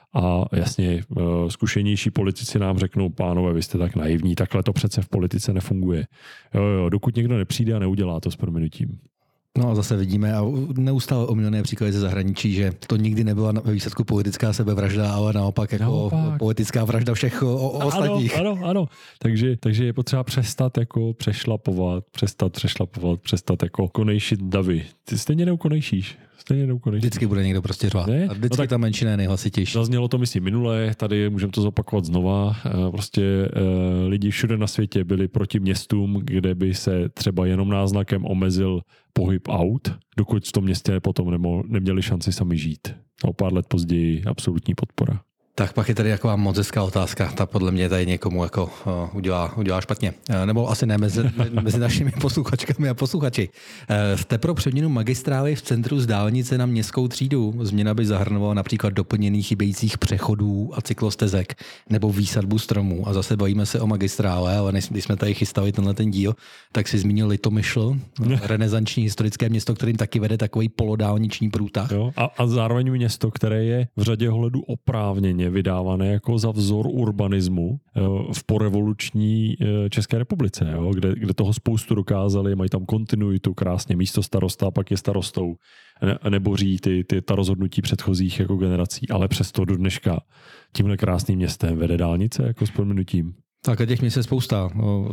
A jasně, zkušenější politici nám řeknou, pánové, vy jste tak naivní, takhle to přece v politice nefunguje. Jo, jo, dokud někdo nepřijde a neudělá to s prominutím. No a zase vidíme a neustále omílené příklady ze zahraničí, že to nikdy nebyla ve výsledku politická sebevražda, ale naopak jako naopak. politická vražda všech o, o ostatních. Ano, ano, ano. Takže, takže je potřeba přestat jako přešlapovat, přestat přešlapovat, přestat jako konejšit davy. Ty stejně neukonejšíš. Stejně neukonejšíš. Vždycky bude někdo prostě řvát. A vždycky no tak ta menšina je nejhlasitější. Zaznělo to myslím minule, tady můžeme to zopakovat znova. Prostě lidi všude na světě byli proti městům, kde by se třeba jenom náznakem omezil pohyb aut, dokud v tom městě potom nemohli, neměli šanci sami žít. A o pár let později absolutní podpora. Tak pak je tady taková moc hezká otázka, ta podle mě tady někomu jako uh, udělá, udělá špatně. Uh, nebo asi ne mezi, mezi našimi posluchačkami a posluchači. Uh, jste pro přeměnu magistrály v centru z dálnice na městskou třídu? Změna by zahrnovala například doplnění chybějících přechodů a cyklostezek nebo výsadbu stromů. A zase bavíme se o magistrále, ale než jsme tady chystali tenhle ten díl, tak si zmínil Litomyšl, renesanční historické město, kterým taky vede takový polodálniční průtah. Jo, a, a zároveň město, které je v řadě ohledů oprávněně vydávané jako za vzor urbanismu v porevoluční České republice, jo, kde, kde toho spoustu dokázali, mají tam kontinuitu krásně, místo starosta, pak je starostou, ne, neboří ty, ty, ta rozhodnutí předchozích jako generací, ale přesto do dneška tímhle krásným městem vede dálnice jako s prominutím. Tak a těch měst je spousta.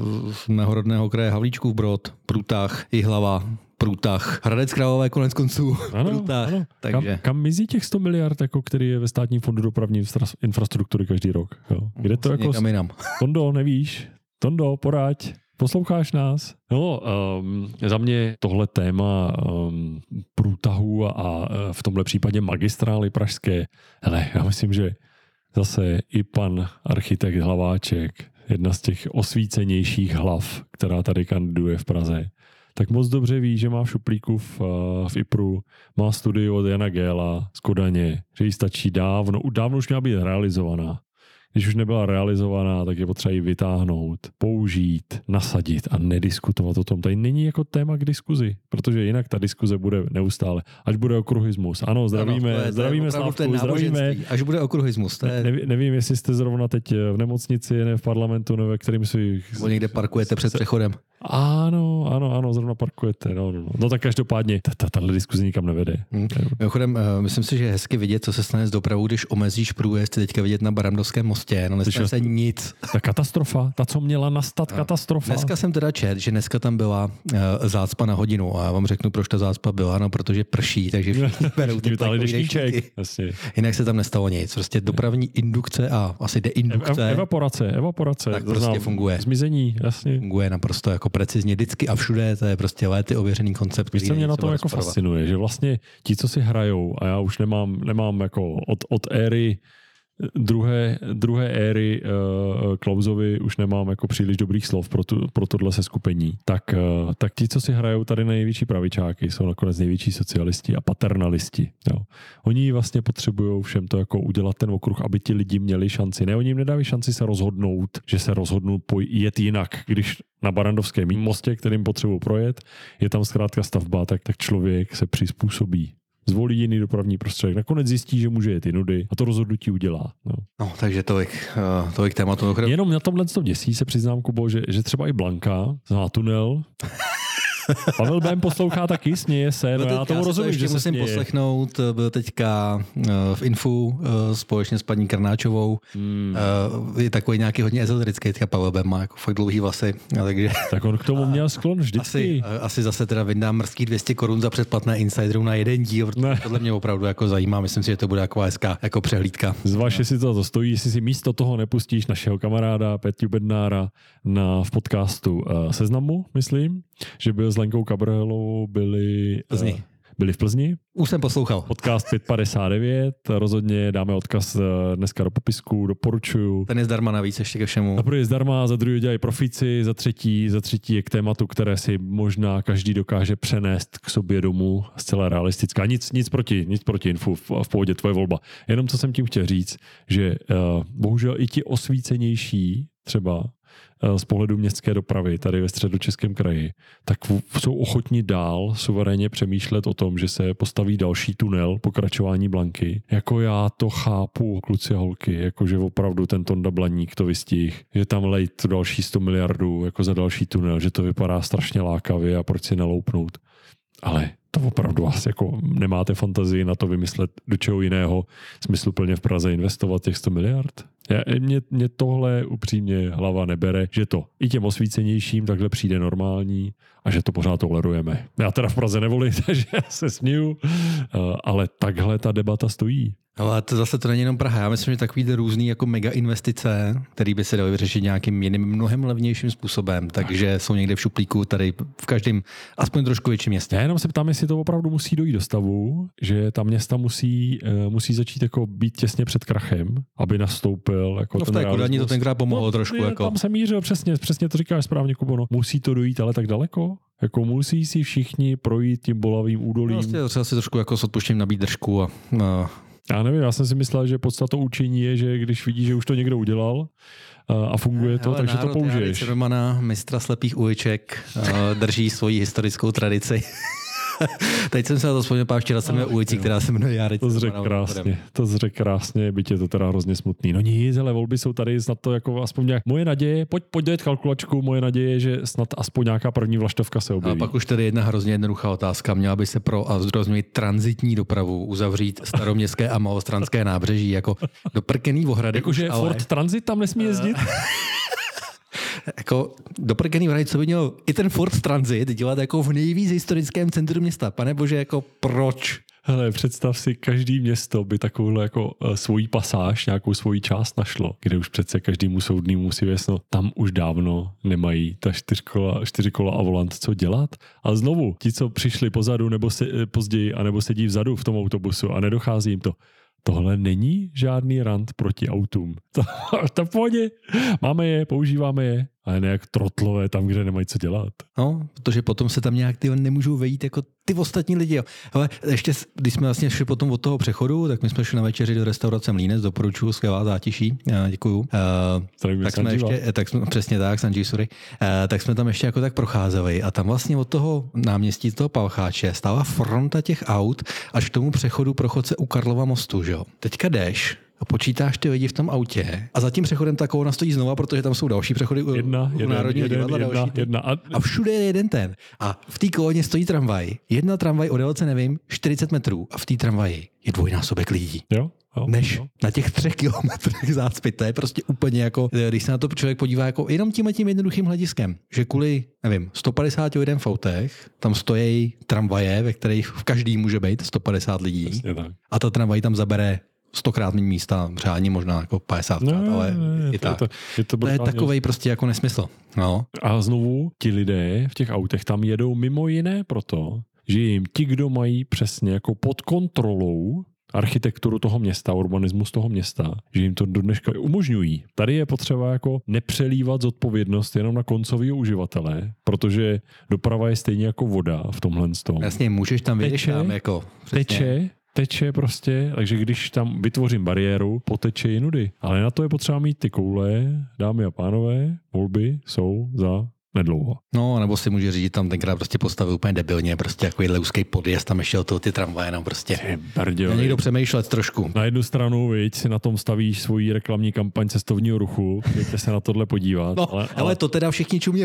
Z mého rodného kraje Havlíčkův Brod, Průtah, Jihlava, Průtah, Hradec Králové konec konců. Ano, Průtah. ano. Takže... Kam, kam mizí těch sto miliard, jako, který je ve státním fondu dopravní infrastruktury každý rok? Jo? Kde to jako... Někam jinam. Tondo, nevíš? Tondo, poraď. Posloucháš nás? No, um, za mě tohle téma um, průtahu a, a v tomhle případě magistrály pražské, hele, já myslím, že zase i pan architekt Hlaváček, jedna z těch osvícenějších hlav, která tady kandiduje v Praze, tak moc dobře ví, že má v šuplíku v, v IPRu, má studii od Jana Géla z Kodaně, že jí stačí dávno, dávno už měla být realizovaná. Když už nebyla realizovaná, tak je potřeba ji vytáhnout, použít, nasadit a nediskutovat o tom. Tady není jako téma k diskuzi, protože jinak ta diskuze bude neustále. Až bude okruhismus. Ano, zdravíme, ano, je, zdravíme Slávku, zdravíme. Až bude okruhismus. To je... ne, nevím, jestli jste zrovna teď v nemocnici, ne v parlamentu, ne ve kterým si... Nebo někde parkujete před přechodem. Ano, ano, ano, zrovna parkujete. No, no, no. no tak každopádně, tahle diskuze nikam nevede. Hmm. Mimochodem, myslím si, že je hezky vidět, co se stane s dopravou, když omezíš průjezd, teďka vidět na Barandovském mostě. No nestane se nic. Ta katastrofa, ta, co měla nastat, no. katastrofa. Dneska jsem teda čet, že dneska tam byla uh, zácpa na hodinu a já vám řeknu, proč ta zácpa byla, no protože prší, takže všichni berou ty deštníček. Jinak se tam nestalo nic. Prostě dopravní indukce a asi deindukce. E- evaporace, evaporace. Tak prostě znám, funguje. Zmizení, jasně. Funguje naprosto jako precizně vždycky a všude, to je prostě léty ověřený koncept. Víš, co mě na tom jako fascinuje, že vlastně ti, co si hrajou, a já už nemám, nemám jako od, od éry druhé, druhé éry uh, Klausovi už nemám jako příliš dobrých slov pro, tu, pro tohle seskupení, tak, uh, tak ti, co si hrajou tady největší pravičáky, jsou nakonec největší socialisti a paternalisti. Jo. Oni vlastně potřebují všem to jako udělat ten okruh, aby ti lidi měli šanci. Ne, oni jim nedávají šanci se rozhodnout, že se rozhodnou jet jinak, když na Barandovském mostě, kterým potřebují projet, je tam zkrátka stavba, tak, tak člověk se přizpůsobí. Zvolí jiný dopravní prostředek. Nakonec zjistí, že může jet i nudy a to rozhodnutí udělá. No, no takže tolik, uh, tolik tématu. Jenom na tomhle to děsí se přiznám, Kubo, že, že třeba i Blanka zná tunel. Pavel Bém poslouchá taky, směje se, no, no já tomu rozumím, že se musím směje. poslechnout, byl teďka v Infu uh, společně s paní Krnáčovou. Hmm. Uh, je takový nějaký hodně ezoterický, teďka Pavel Bém má jako fakt dlouhý vlasy. Takže... Tak on k tomu měl sklon vždycky. Asi, uh, asi zase teda vyndám mrzký dvě stě korun za předplatné Insiderů na jeden díl, protože tohle mě opravdu jako zajímá. Myslím si, že to bude jako hezká jako přehlídka. Zvaž, jestli to, to stojí, jestli si místo toho nepustíš našeho kamaráda Peťu Bednára na, v podcastu uh, Seznamu, myslím, že byl s Lenkou Kabrhelovou, byli, uh, byli v Plzni. Už jsem poslouchal. Podcast pět padesát devět, rozhodně dáme odkaz dneska do popisku, doporučuju. Ten je zdarma navíc ještě ke všemu. Za prvý je zdarma, za druhý dělají profíci, za třetí, za třetí je k tématu, které si možná každý dokáže přenést k sobě domů, zcela realistická. Nic, nic proti, nic proti Infu, v, v pohodě, tvoje volba. Jenom co jsem tím chtěl říct, že uh, bohužel i ti osvícenější třeba z pohledu městské dopravy tady ve Středočeském kraji, tak jsou ochotní dál suverénně přemýšlet o tom, že se postaví další tunel pokračování Blanky. Jako já to chápu, kluci a holky, jakože opravdu ten Tonda Blaník to vystih, že tam lejt další sto miliardů jako za další tunel, že to vypadá strašně lákavě a proč si naloupnout. Ale to opravdu vás jako nemáte fantazii na to vymyslet do čeho jiného smysluplně v Praze investovat těch sto miliard? Já, mě, mě tohle upřímně hlava nebere, že to i těm osvícenějším takhle přijde normální a že to pořád tolerujeme. Já teda v Praze nevolím, takže já se směju, ale takhle ta debata stojí. Ale to zase to není jenom Praha. Já myslím, že takový různý jako mega investice, které by se daly vyřešit nějakým jiným mnohem levnějším způsobem, takže jsou někde v šuplíku tady v každém aspoň trošku větším městě. Já jenom se ptám, jestli to opravdu musí dojít do stavu, že ta města musí, musí začít jako být těsně před krachem, aby nastoupil jako no ten v té Kodani to tenkrát pomohlo no, trošku. Je, jako. Tam se mířil přesně, přesně to říkáš správně, Kubo, musí to dojít ale tak daleko? Jako musí si všichni projít tím bolavým údolím. No, vlastně třeba si trošku jako s odpuštěním nabít držku a... No. Já nevím, já jsem si myslel, že podstatou učení je, že když vidíš, že už to někdo udělal a funguje to, takže to použiješ. Romana, mistra slepých uliček, drží svoji historickou tradici. Teď jsem se na to vzpomněl, pár včera jsem měl ulici, která se jmenuje Járice. To zřek krásně, to zřek krásně, byť je to teda hrozně smutný. No nic, ale volby jsou tady snad to jako aspoň nějak, moje naděje, pojď, pojď dojet kalkulačku, moje naděje je, že snad aspoň nějaká první vlaštovka se objeví. A pak už tady jedna hrozně jednoduchá otázka. Měla by se pro a zdůrazňuji tranzitní dopravu uzavřít staroměstské a malostranské nábřeží jako do prkený ohrady. Jakože ale... Ford Transit tam nesmí jezdit? Jako do prkený ohrady, co by měl i ten Ford Transit dělat jako v nejvíc historickém centru města. Pane bože, jako proč? Hele, představ si, každý město by takovouhle jako uh, svojí pasáž, nějakou svoji část našlo, kde už přece každému soudnému musí věsno, tam už dávno nemají ta čtyřkola, čtyřikola a volant co dělat. A znovu, ti, co přišli pozadu nebo se, později, anebo sedí vzadu v tom autobusu a nedochází jim to, tohle není žádný rant proti autům. To, to pohodě. Máme je, používáme je, ale ne jak trotlové tam, kde nemají co dělat. No, protože potom se tam nějak ty nemůžou vejít jako ty ostatní lidi. Jo. Ale ještě, když jsme vlastně šli potom od toho přechodu, tak my jsme šli na večeři do restaurace Mlýnec, doporučuju, skvělá zátiší. Děkuju. Uh, tak jsme ještě, tak jsme, přesně tak, Sanji, sorry. Uh, tak jsme tam ještě jako tak procházeli a tam vlastně od toho náměstí, toho Palcháče stála fronta těch aut až k tomu přechodu pro chodce u Karlova mostu, že jo. Teďka jdeš a počítáš ty lidi v tom autě a za tím přechodem ta kolona stojí znova, protože tam jsou další přechody u, jedna, u jeden, Národního jeden, divadla. Jedna, další jedna, a... a všude je jeden ten. A v té koloně stojí tramvaj. Jedna tramvaj o délce, nevím, čtyřicet metrů a v té tramvaji je dvojnásobek lidí. Jo? Jo, než jo. na těch třech kilometrech zácpy. To je prostě úplně jako, když se na to člověk podívá jako jenom tím a tím jednoduchým hlediskem, že kvůli, nevím, sto padesáti lidem v autech, tam stojí tramvaje, ve kterých v každý může být sto padesát lidí. A ta tramvaj tam zabere stokrát méně místa, přání možná jako padesátkrát, no, ale ne, i to, tak. To, je to, to je takovej prostě jako nesmysl. No. A znovu ti lidé v těch autech tam jedou mimo jiné proto, že jim ti, kdo mají přesně jako pod kontrolou architekturu toho města, urbanismus toho města, že jim to do dneška umožňují. Tady je potřeba jako nepřelívat zodpovědnost jenom na koncového uživatele, protože doprava je stejně jako voda v tomhle tom. Jasně, můžeš tam vyjít tam jako. Přesně. Teče, teče prostě, takže když tam vytvořím bariéru, poteče i nudy. Ale na to je potřeba mít ty koule, dámy a pánové, volby jsou za nedlouho. No, nebo si může říct, tam tenkrát prostě postavil úplně debilně, prostě jako jídle úzký podjezd, tam ještě od toho ty tramvaje, no prostě. Brďo, někdo přemýšlet trošku. Na jednu stranu, viď, si na tom stavíš svoji reklamní kampaň cestovního ruchu, pojďte se na tohle podívat. No, ale, ale to teda všichni čuměli.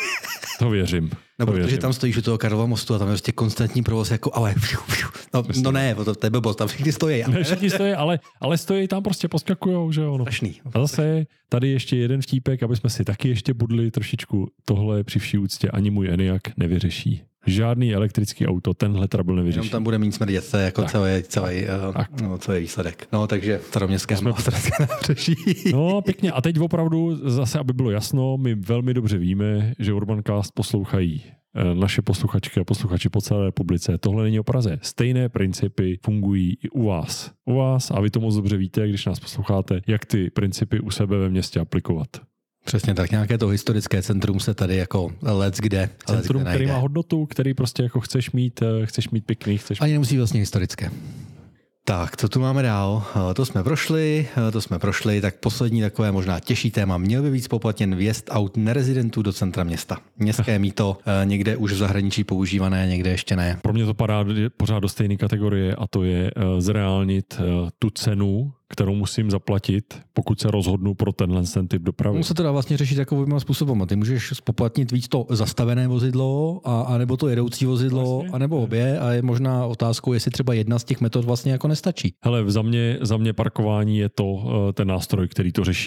To věřím. No, to protože věřím. Tam stojíš u toho Karlova mostu a tam je prostě konstantní provoz, jako ale... No, no ne, to, to je blbost, tam všichni stojí. Ale... Ne, všichni stojí, ale, ale stojí tam prostě poskakujou, že ono. Strašný. A zase tady ještě jeden vtípek, aby jsme si taky ještě budli trošičku. Tohle při vší úctě ani můj Enyaq nevyřeší. Žádný elektrický auto tenhle trouble nevyřeší. Jenom tam bude mít smrdět, to je jako celý, celý, uh, no, celý výsledek. No, takže staroměstské jsme... nábřeží. No, pěkně. A teď opravdu zase, aby bylo jasno, my velmi dobře víme, že Urbancast poslouchají naše posluchačky a posluchači po celé republice. Tohle není o Praze. Stejné principy fungují i u vás. U vás a vy to moc dobře víte, když nás posloucháte, jak ty principy u sebe ve městě aplikovat. Přesně tak, nějaké to historické centrum se tady jako let's kde. Centrum, kde který má hodnotu, který prostě jako chceš mít, chceš mít pěkný, chceš... Ani nemusí vlastně historické. Tak, co tu máme dál? To jsme prošli, to jsme prošli, tak poslední takové možná těžší téma. Měl by být spoplatněn vjezd aut nerezidentů do centra města. Městské mýto někde už v zahraničí používané, někde ještě ne. Pro mě to padá pořád do stejné kategorie a to je zreálnit tu cenu, kterou musím zaplatit, pokud se rozhodnu pro tenhle ten typ dopravy. Může se to dá vlastně řešit takovým způsobem. Ty můžeš spoplatnit víc to zastavené vozidlo, a, a nebo to jedoucí vozidlo, vlastně, a nebo obě, a je možná otázkou, jestli třeba jedna z těch metod vlastně jako nestačí. Hele, za mě, za mě parkování je to ten nástroj, který to řeší.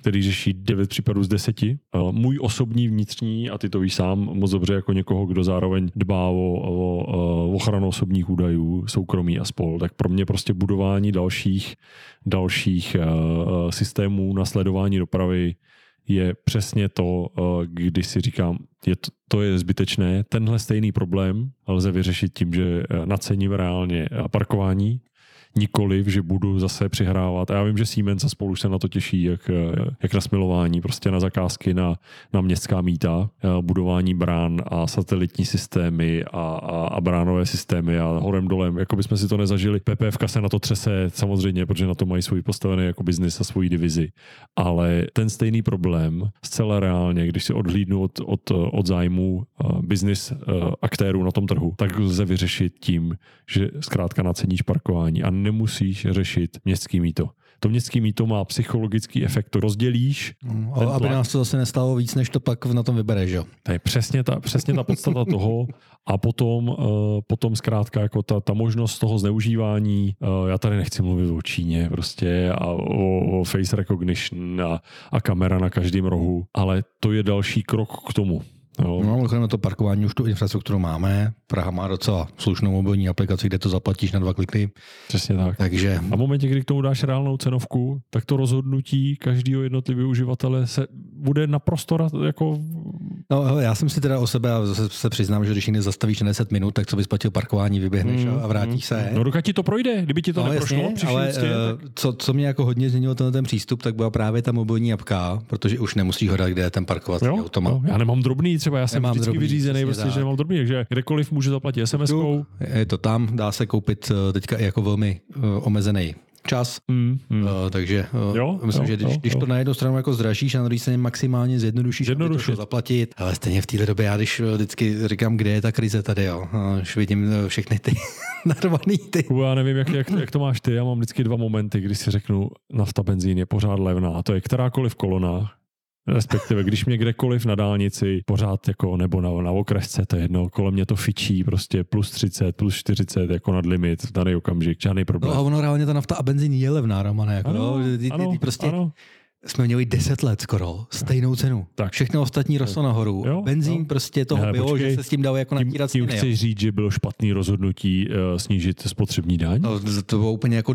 který řeší devět případů z deseti. Můj osobní vnitřní, a ty to víš sám moc dobře jako někoho, kdo zároveň dbá o, o, o ochranu osobních údajů, soukromí a spol, tak pro mě prostě budování dalších, dalších uh, systémů na sledování dopravy je přesně to, kdy si říkám, je to, to je zbytečné. Tenhle stejný problém lze vyřešit tím, že nacením reálně parkování, nikoliv, že budu zase přihrávat. A já vím, že Siemens a spolu se na to těší, jak, jak na smilování, prostě na zakázky, na, na městská mýta, budování brán a satelitní systémy a, a, a bránové systémy a horem dolem. Jako bychom si to nezažili. PPFka se na to třese samozřejmě, protože na to mají svůj postavený jako biznis a svoji divizi. Ale ten stejný problém zcela reálně, když si odhlídnu od, od, od zájmu uh, biznis uh, aktérů na tom trhu, tak lze vyřešit tím, že zkrátka naceníš parkování a nemusíš řešit městský mýto. To městský mýto má psychologický efekt, to rozdělíš. No, ale aby nás to zase nestálo víc, než to pak na tom vybereš, jo? To je přesně ta, přesně ta podstata toho a potom, uh, potom zkrátka jako ta, ta možnost toho zneužívání, uh, já tady nechci mluvit o Číně prostě a o, o face recognition a, a kamera na každém rohu, ale to je další krok k tomu. Jo. No, ale na to parkování už tu infrastrukturu máme. Praha má docela slušnou mobilní aplikaci, kde to zaplatíš na dva kliky. Přesně tak. Takže... A v momentě, kdy k tomu dáš reálnou cenovku, tak to rozhodnutí každého jednotlivého uživatele se bude naprosto jako... No, hele, já jsem si teda o sebe a zase se přiznám, že když někde zastavíš na deset minut, tak co bys platil parkování, vyběhneš mm, a vrátíš se. No dokud ti to projde, kdyby ti to no, neprošlo, jasně, ale prostě, tak... co, co mě jako hodně změnilo ten, ten přístup, tak byla právě ta mobilní apka, protože už nemusíš hledat, kde je ten parkovací jo, automat. Jo, já nemám drobný, třeba já jsem nemám vždycky drobný, vyřízený, prostě, že nemám drobný, takže kdekoliv můžu zaplatit es em eskou. Je to tam, dá se koupit teďka i jako velmi uh, omezený čas, mm, mm. Uh, takže uh, jo, myslím, jo, že když, jo, když jo. to na jednu stranu jako zdražíš a na druhé straně maximálně zjednodušíš, aby to šlo zaplatit. Ale stejně v téhle době já když vždycky říkám, kde je ta krize tady, jo. Už vidím všechny ty narvaný ty. Já nevím, jak, jak, jak to máš ty, já mám vždycky dva momenty, kdy si řeknu, nafta, benzín je pořád levná, a to je kterákoliv kolona, respektive když mě kdekoliv na dálnici pořád jako nebo na, na okresce, to je jedno, kolem mě to fičí prostě plus třicet, plus čtyřicet jako nad limit v daný okamžik, žádný problém. No a ono reálně ta nafta a benzín je levná, Romane, jako ano, no, ty, ano, ty prostě ano. Jsme měli deset let skoro, stejnou cenu. Tak. Všechno ostatní rostlo nahoru. Jo, benzín jo. prostě toho ne, bylo, počkej, že se s tím dalo jako natírat tím, tím stěny. chceš říct, že bylo špatný rozhodnutí uh, snížit spotřební daň? No, to bylo úplně jako...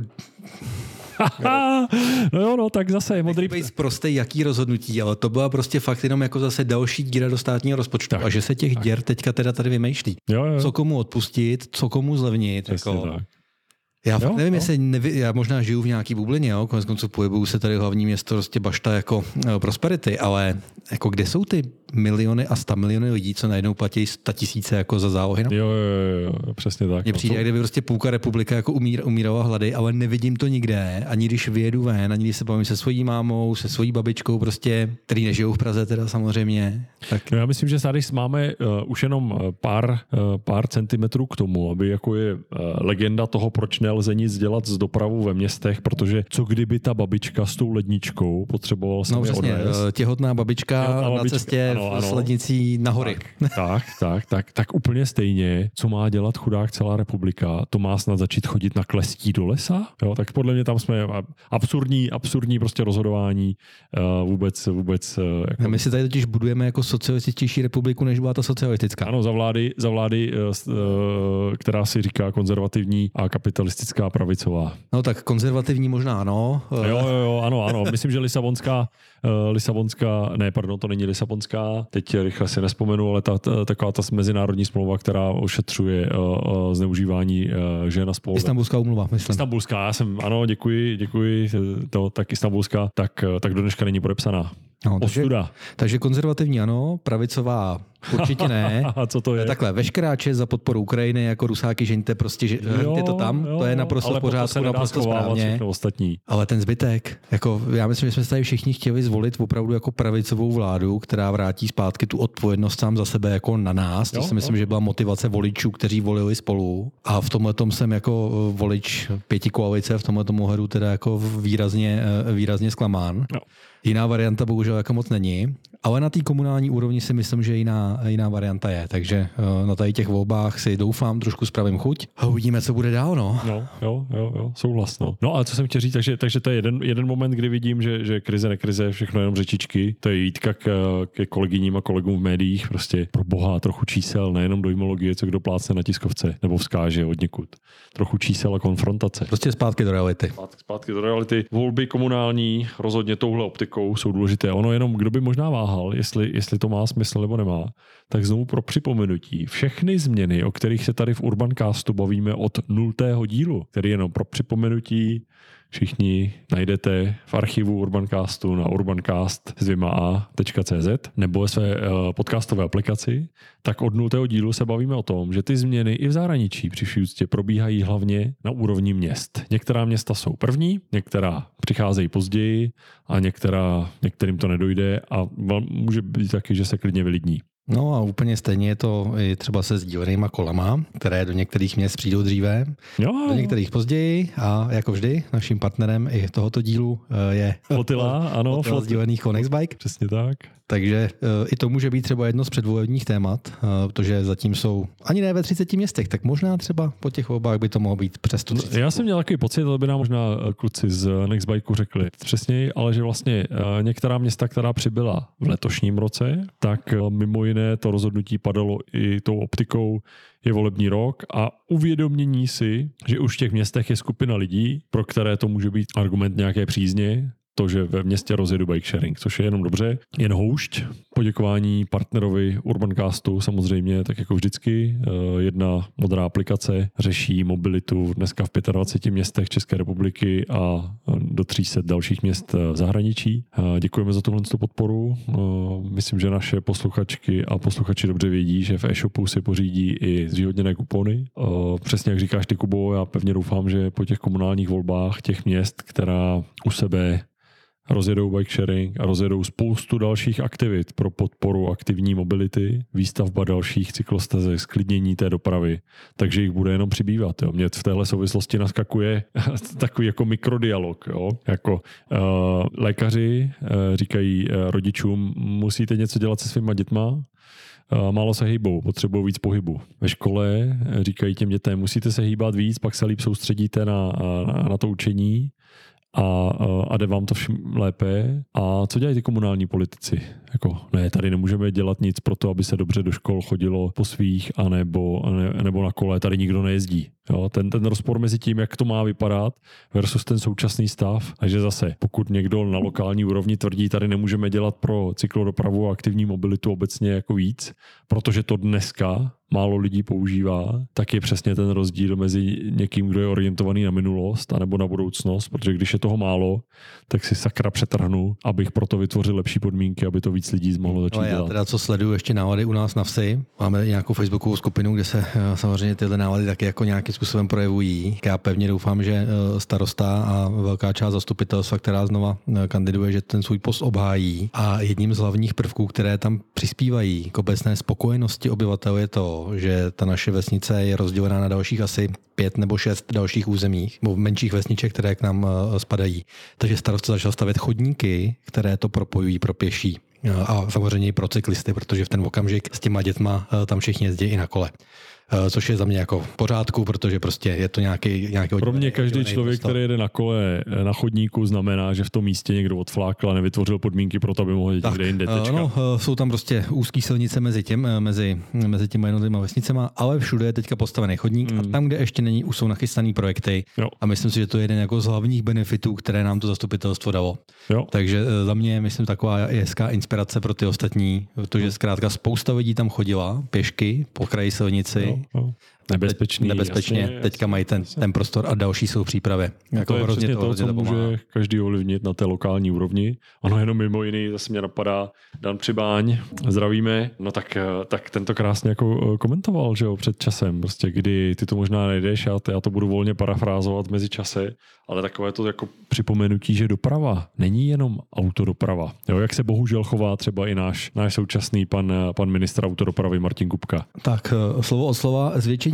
no jo, no, tak zase modrý... Nechci být prostý jaký rozhodnutí, ale to byla prostě fakt jenom jako zase další díra do státního rozpočtu. Tak, a že se těch tak. děr teďka teda tady vymýšlí. Jo, jo. Co komu odpustit, co komu zlevnit. Jako... Tak. Já fakt jo, nevím, jo. jestli neví, já možná žiju v nějaký bublině, jo, konec konců pohybuju se tady hlavní město prostě bašta jako no, prosperity, ale jako kde jsou ty miliony a sta miliony lidí, co najednou platí sta tisíce jako za zálohy? No? Jo, jo, jo, přesně tak. Mně přijde, no, to... kdyby prostě půlka republika jako umír, umírala hlady, ale nevidím to nikde, ani když vyjedu ven, ani když se bavím se svojí mámou, se svojí babičkou prostě, který nežijou v Praze teda samozřejmě. Tak... No, já myslím, že tady máme uh, už jenom pár, uh, pár centimetrů k tomu, aby jako je uh, legenda toho, proč nelze nic dělat s dopravou ve městech, protože co kdyby ta babička s tou ledničkou potřebovala se no, přesně, odvést. Těhotná babička Těhotná na babička, cestě ano, ano. s lednicí na hory. Tak, tak, tak, tak, tak úplně stejně, co má dělat chudák celá republika, to má snad začít chodit na klestí do lesa? Jo, tak podle mě tam jsme absurdní, absurdní prostě rozhodování uh, vůbec, vůbec. Uh, jako... My si tady totiž budujeme jako socialističtější republiku, než byla ta socialistická. Ano, za vlády, za vlády uh, uh, která si říká konzervativní a kapitalistická pravicová. No tak konzervativní možná ano. Jo, jo, jo, ano, ano. Myslím, že Lisabonská, uh, Lisabonská, ne, pardon, to není Lisabonská, teď rychle si nespomenu, ale ta, ta, taková ta mezinárodní smlouva, která ošetřuje uh, uh, zneužívání uh, žen a spol. Istanbulská úmluva, myslím. Istanbulská, já jsem, ano, děkuji, děkuji, to, tak Istanbulská, tak, tak do dneška není podepsaná. No, takže, takže konzervativní ano, pravicová určitě ne. A co to je? Takhle, veškerá čest za podporu Ukrajiny, jako rusáky žeňte, prostě že, jo, to tam, jo, to je naprosto v pořádku, naprosto správně. Ostatní. Ale ten zbytek, jako já myslím, že jsme se tady všichni chtěli zvolit opravdu jako pravicovou vládu, která vrátí zpátky tu odpovědnost sám za sebe jako na nás. To jo, si myslím, jo. že byla motivace voličů, kteří volili Spolu. A v tomhletom jsem jako volič pěti koalice v tomhletom ohledu teda jako výrazně, výrazně zklamán. Jo. Jiná varianta bohužel jako moc není. Ale na té komunální úrovni si myslím, že jiná, jiná varianta je, takže na tady těch volbách si doufám trošku spravím chuť a uvidíme, co bude dál, no. No, jo, jo, jo, souhlas, no. No a co jsem chtěl říct, takže, takže to je jeden, jeden moment, kdy vidím, že, že krize, nekrize, všechno jenom řečičky, to je jítka k, ke kolegyním a kolegům v médiích, prostě pro boha trochu čísel, nejenom dojmologie, co kdo plácne na tiskovce, nebo vzkáže od někud. Trochu čísel a konfrontace. Prostě zpátky do reality. Zpátky, zpátky do reality. Volby komunální rozhodně touhle optikou jsou důležité. Ono jenom, kdo by možná váhal, jestli, jestli to má smysl nebo nemá, tak znovu pro připomenutí. Všechny změny, o kterých se tady v Urbancastu bavíme od nultého dílu, který jenom pro připomenutí všichni najdete v archivu Urbancastu na urbancast s dvěma a tečka cé zet nebo ve své podcastové aplikaci, tak od nultého dílu se bavíme o tom, že ty změny i v zahraničí při vší úctě probíhají hlavně na úrovni měst. Některá města jsou první, některá přicházejí později a některá, některým to nedojde a může být taky, že se klidně vylidní. No a úplně stejně je to i třeba se sdílenýma kolama, které do některých měst přijdou dříve, jo, do některých později a jako vždy naším partnerem i tohoto dílu je Flotila, ano, Flotila sdílených Konexbike. Přesně tak. Takže i to může být třeba jedno z předvolebních témat, protože zatím jsou ani ne ve třiceti městech, tak možná třeba po těch volbách by to mohlo být přes tu třicet. Já jsem měl takový pocit, to by nám možná kluci z Nextbikeu řekli přesněji, ale že vlastně některá města, která přibyla v letošním roce, tak mimo jiné to rozhodnutí padalo i tou optikou, je volební rok a uvědomění si, že už v těch městech je skupina lidí, pro které to může být argument nějaké přízně, to, že ve městě rozjedu bike sharing, což je jenom dobře. Jen houšť, poděkování partnerovi Urbancastu samozřejmě, tak jako vždycky. Jedna modrá aplikace řeší mobilitu dneska v dvaceti pěti městech České republiky a do tří set dalších měst v zahraničí. Děkujeme za tuhle podporu. Myslím, že naše posluchačky a posluchači dobře vědí, že v e-shopu si pořídí i zvýhodněné kupony. Přesně jak říkáš ty, Kubo, já pevně doufám, že po těch komunálních volbách těch měst, která u sebe rozjedou bike sharing a rozjedou spoustu dalších aktivit pro podporu aktivní mobility, výstavba dalších cyklostezek, sklidnění té dopravy, takže jich bude jenom přibývat. Jo. Mně v téhle souvislosti naskakuje takový jako mikrodialog. Jo. Jako uh, lékaři uh, říkají uh, rodičům, musíte něco dělat se svýma dětma, uh, málo se hýbou, potřebují víc pohybu. Ve škole uh, říkají těm dětem, musíte se hýbat víc, pak se líp soustředíte na, na, na to učení, A, a jde vám to všem lépe. A co dělají ty komunální politici? Jako, ne, tady nemůžeme dělat nic pro to, aby se dobře do škol chodilo po svých, anebo, ne, nebo na kole, tady nikdo nejezdí. Jo? Ten, ten rozpor mezi tím, jak to má vypadat versus ten současný stav. Takže zase, pokud někdo na lokální úrovni tvrdí, tady nemůžeme dělat pro cyklodopravu a aktivní mobilitu obecně jako víc, protože to dneska málo lidí používá, tak je přesně ten rozdíl mezi někým, kdo je orientovaný na minulost anebo na budoucnost, protože když je toho málo, tak si sakra přetrhnu, abych proto vytvořil lepší podmínky, aby to víc lidí mohlo začít no já dělat. Teda co sleduju ještě nálady u nás na vsi, máme nějakou facebookovou skupinu, kde se samozřejmě tyhle nálady taky jako nějakým způsobem projevují. Já pevně doufám, že starosta a velká část zastupitelstva, která znova kandiduje, že ten svůj post obhájí. A jedním z hlavních prvků, které tam přispívají k obecné spokojenosti obyvatel, je to, že ta naše vesnice je rozdělená na dalších asi pět nebo šest dalších územích, nebo menších vesniček, které k nám spadají. Takže starosta začal stavět chodníky, které to propojují pro pěší. A samozřejmě i pro cyklisty, protože v ten okamžik s těma dětma tam všichni jezdí i na kole. Což je za mě jako v pořádku, protože prostě je to nějaký nějaký Pro mě každý člověk, který jede na kole na chodníku, znamená, že v tom místě někdo odflákl a nevytvořil podmínky pro to, aby mohl jít někde jinde. No, jsou tam prostě úzký silnice mezi těm, mezi, mezi těma jednotlivými vesnicema, ale všude je teďka postavený chodník mm. a tam, kde ještě není, už jsou nachystaný projekty. Jo. A myslím si, že to je jeden jako z hlavních benefitů, které nám to zastupitelstvo dalo. Jo. Takže za mě myslím taková hezká inspirace pro ty ostatní, protože zkrátka spousta lidí tam chodila pěšky po kraji silnici. Jo. No. Nebezpečný. Nebezpečně. Jasně, Teďka jasně, mají ten, jasně. ten prostor a další jsou přípravy. Jako to je hrozně to, co může každý ovlivnit na té lokální úrovni. Ono jenom mimo jiný, zase mě napadá Dan Přibáň, zdravíme, no tak, tak tento krásně jako komentoval, že jo, před časem, prostě kdy ty to možná nejdeš, já to, já to budu volně parafrázovat mezi čase, ale takové to jako připomenutí, že doprava není jenom autodoprava. Jo, jak se bohužel chová třeba i náš, náš současný pan, pan ministr autodopravy Martin Kupka. Tak slovo od slova, zvětšení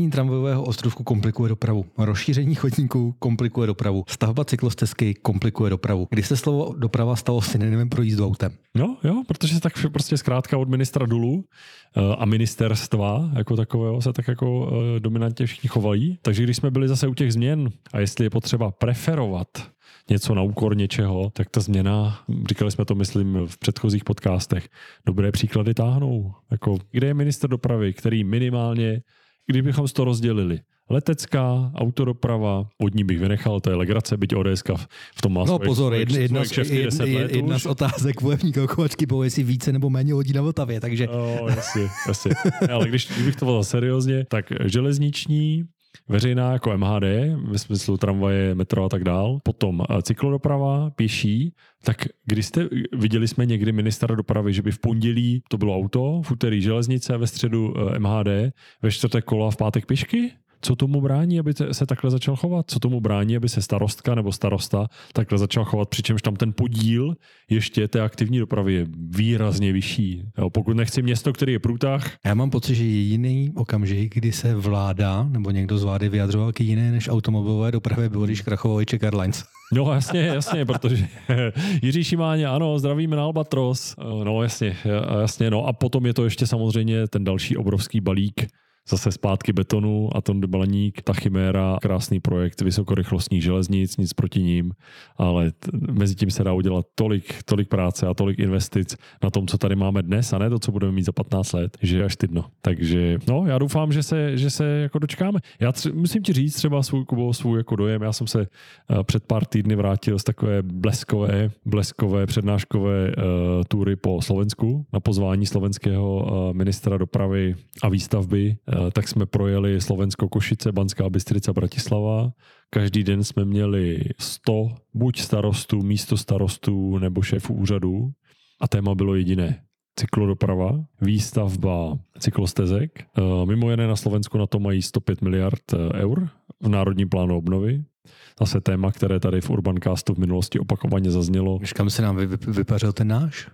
Vytvoření tramvajového ostrůvku komplikuje dopravu. Rozšíření chodníků komplikuje dopravu. Stavba cyklostezky komplikuje dopravu. Kdy se slovo doprava stalo synonymem pro jízdu autem? No jo, protože se tak prostě zkrátka od ministra Dulu a ministerstva jako takového se tak jako dominantně všichni chovají. Takže když jsme byli zase u těch změn a jestli je potřeba preferovat něco na úkor něčeho, tak ta změna, říkali jsme to, myslím, v předchozích podcastech, dobré příklady táhnou. Jako, kde je ministr dopravy, který minimálně, kdybychom to rozdělili, letecká, autodoprava, od ní bych vynechal, to je legrace, byť O D S K v tom má No svoje, pozor, svoje, jedna, jedna, svoje jedna, jedna, jedna z otázek bojovní kalkulačky bylo, jestli více nebo méně hodí na Vltavě, takže... No, jasně, jasně. Ale když, kdybych to vzal seriózně, tak železniční, veřejná jako M H D, ve smyslu tramvaje, metro a tak dál, potom cyklodoprava, pěší, tak když jste, viděli jsme někdy ministra dopravy, že by v pondělí to bylo auto, v úterý železnice, ve středu M H D, ve čtvrtek kola, v pátek pěšky? Co tomu brání, aby se takhle začal chovat? Co tomu brání, aby se starostka nebo starosta takhle začal chovat, přičemž tam ten podíl ještě té aktivní dopravy je výrazně vyšší. Jo, pokud nechci město, který je průtah. Já mám pocit, že jediný okamžik, kdy se vláda nebo někdo z vlády vyjadřoval k jiné než automobilové dopravě, bylo, když krachoval Czech Airlines. No jasně, jasně, protože Jiří Šimáně, ano, zdravíme na Albatros. No jasně, jasně, no a potom je to ještě samozřejmě ten další obrovský balík zase zpátky betonu a ten Balaník, ta chiméra, krásný projekt vysokorychlostních železnic, nic proti ním, ale t- mezi tím se dá udělat tolik, tolik práce a tolik investic na tom, co tady máme dnes a ne to, co budeme mít za patnáct let, že je až tydno. Takže no, já doufám, že se, že se jako dočkáme. Já tři, musím ti říct třeba svůj, Kubo, svůj jako dojem, já jsem se uh, před pár týdny vrátil z takové bleskové, bleskové přednáškové uh, tury po Slovensku na pozvání slovenského uh, ministra dopravy a výstavby. Tak jsme projeli Slovensko, Košice, Banská Bystrica, Bratislava. Každý den jsme měli sto buď starostů, místo starostů nebo šéfů úřadů a téma bylo jediné. Cyklodoprava, výstavba cyklostezek. Mimo jiné na Slovensku na to mají sto pět miliard eur v Národním plánu obnovy. Zase téma, které tady v Urbancastu v minulosti opakovaně zaznělo. Víš, kam se nám vy, vypařil ten náš?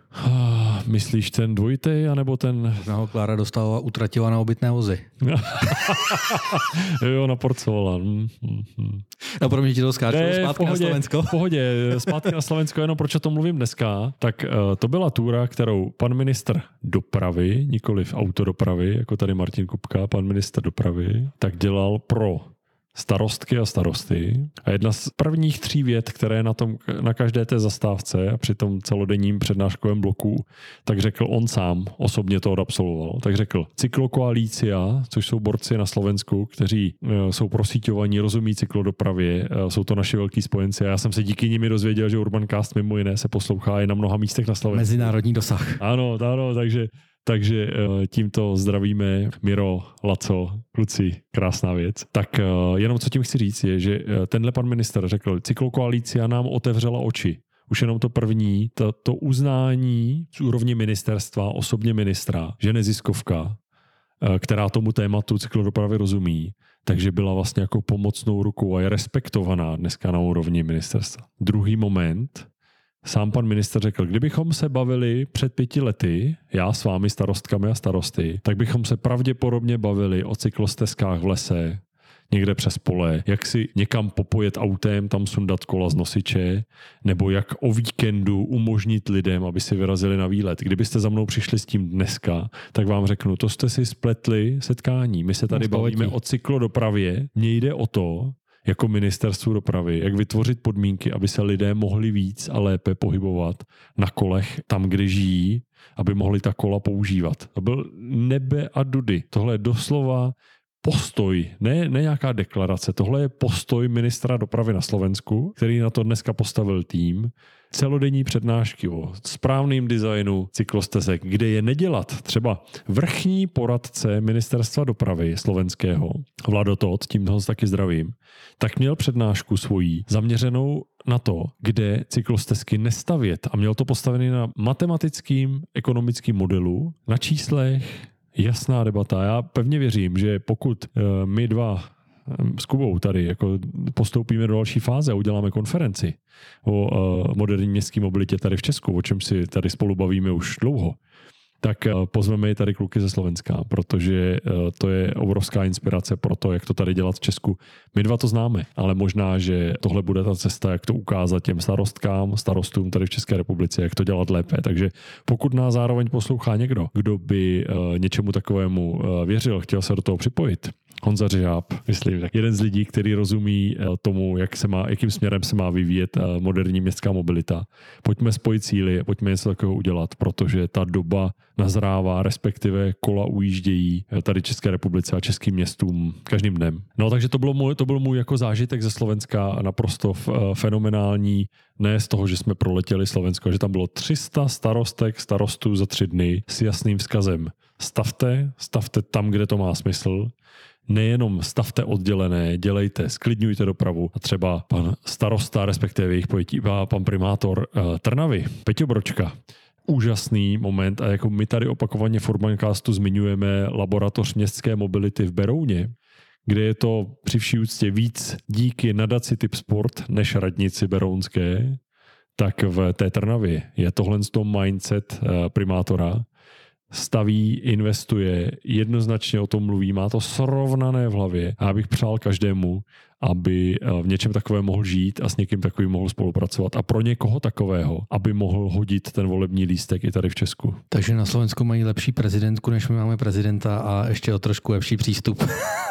Myslíš ten dvojitej, anebo ten... Naho Klára dostala, utratila na obytné vozy. Jo, naporcovala. Mm, mm. No pro mě ti to skáču, zpátky pohodě, na Slovensko. V pohodě, zpátky na Slovensko, jenom proč o tom mluvím dneska, tak uh, to byla túra, kterou pan ministr dopravy, nikoliv autodopravy, jako tady Martin Kupka, pan ministr dopravy, tak dělal pro starostky a starosty. A jedna z prvních tří vět, které na, tom, na každé té zastávce a při tom celodenním přednáškovém bloku, tak řekl on sám, osobně to odabsolvoval, tak řekl cyklokoalícia, což jsou borci na Slovensku, kteří uh, jsou prosíťovaní, rozumí cyklodopravě, uh, jsou to naši velký spojenci a já jsem se díky nimi dozvěděl, že Urbancast mimo jiné se poslouchá i na mnoha místech na Slovensku. Mezinárodní dosah. Ano, ano, takže Takže tímto zdravíme Miro, Laco, kluci, krásná věc. Tak jenom co tím chci říct je, že tenhle pan minister řekl, cyklokoalícia nám otevřela oči. Už jenom to první, to, to uznání z úrovni ministerstva, osobně ministra, že neziskovka, která tomu tématu cyklodopravy rozumí, takže byla vlastně jako pomocnou rukou a je respektovaná dneska na úrovni ministerstva. Druhý moment, sám pan minister řekl, kdybychom se bavili před pěti lety, já s vámi starostkami a starosty, tak bychom se pravděpodobně bavili o cyklostezkách v lese, někde přes pole, jak si někam popojet autem, tam sundat kola z nosiče, nebo jak o víkendu umožnit lidem, aby si vyrazili na výlet. Kdybyste za mnou přišli s tím dneska, tak vám řeknu, to jste si spletli setkání. My se tady no, bavíme o cyklodopravě. Mně jde o to, jako ministerstvu dopravy, jak vytvořit podmínky, aby se lidé mohli víc a lépe pohybovat na kolech tam, kde žijí, aby mohli ta kola používat. To byl nebe a dudy. Tohle je doslova postoj, ne, ne nějaká deklarace, tohle je postoj ministra dopravy na Slovensku, který na to dneska postavil tým, celodenní přednášky o správným designu cyklostezek, kde je nedělat. Třeba vrchní poradce ministerstva dopravy slovenského, Vlado Tot, tím ho taky zdravím, tak měl přednášku svojí zaměřenou na to, kde cyklostezky nestavět a měl to postavený na matematickým ekonomickým modelu, na číslech. Jasná debata. Já pevně věřím, že pokud uh, my dva s Kubou tady jako postoupíme do další fáze a uděláme konferenci o uh, moderní městské mobilitě tady v Česku, o čem si tady spolu bavíme už dlouho, tak pozveme je tady kluky ze Slovenska, protože to je obrovská inspirace pro to, jak to tady dělat v Česku. My dva to známe, ale možná, že tohle bude ta cesta, jak to ukázat těm starostkám, starostům tady v České republice, jak to dělat lépe. Takže pokud nás zároveň poslouchá někdo, kdo by něčemu takovému věřil, chtěl se do toho připojit, Honza Řeháb, myslím, tak jeden z lidí, který rozumí tomu, jak se má, jakým směrem se má vyvíjet moderní městská mobilita. Pojďme spojit síly, pojďme něco takového udělat, protože ta doba nazrává, respektive kola ujíždějí tady České republice a českým městům každým dnem. No takže to bylo můj, to byl můj jako zážitek ze Slovenska naprosto fenomenální, ne z toho, že jsme proletěli Slovensko, že tam bylo tři sta starostek, starostů za tři dny s jasným vzkazem. Stavte, stavte tam, kde to má smysl. Nejenom stavte oddělené, dělejte, sklidňujte dopravu. A třeba pan starosta, respektive jejich pojetí, pan primátor uh, Trnavy, Peťo Bročka. Úžasný moment a jako my tady opakovaně v Urbancastu zmiňujeme laboratoř městské mobility v Berouně, kde je to při vší úctě víc díky nadaci Typ Sport než radnici berounské, tak v té Trnavě je tohle z toho mindset uh, primátora. Staví, investuje, jednoznačně o tom mluví, má to srovnané v hlavě a já bych přál každému, aby v něčem takovém mohl žít a s někým takovým mohl spolupracovat a pro někoho takového, aby mohl hodit ten volební lístek i tady v Česku. Takže na Slovensku mají lepší prezidentku, než my máme prezidenta a ještě o trošku lepší přístup.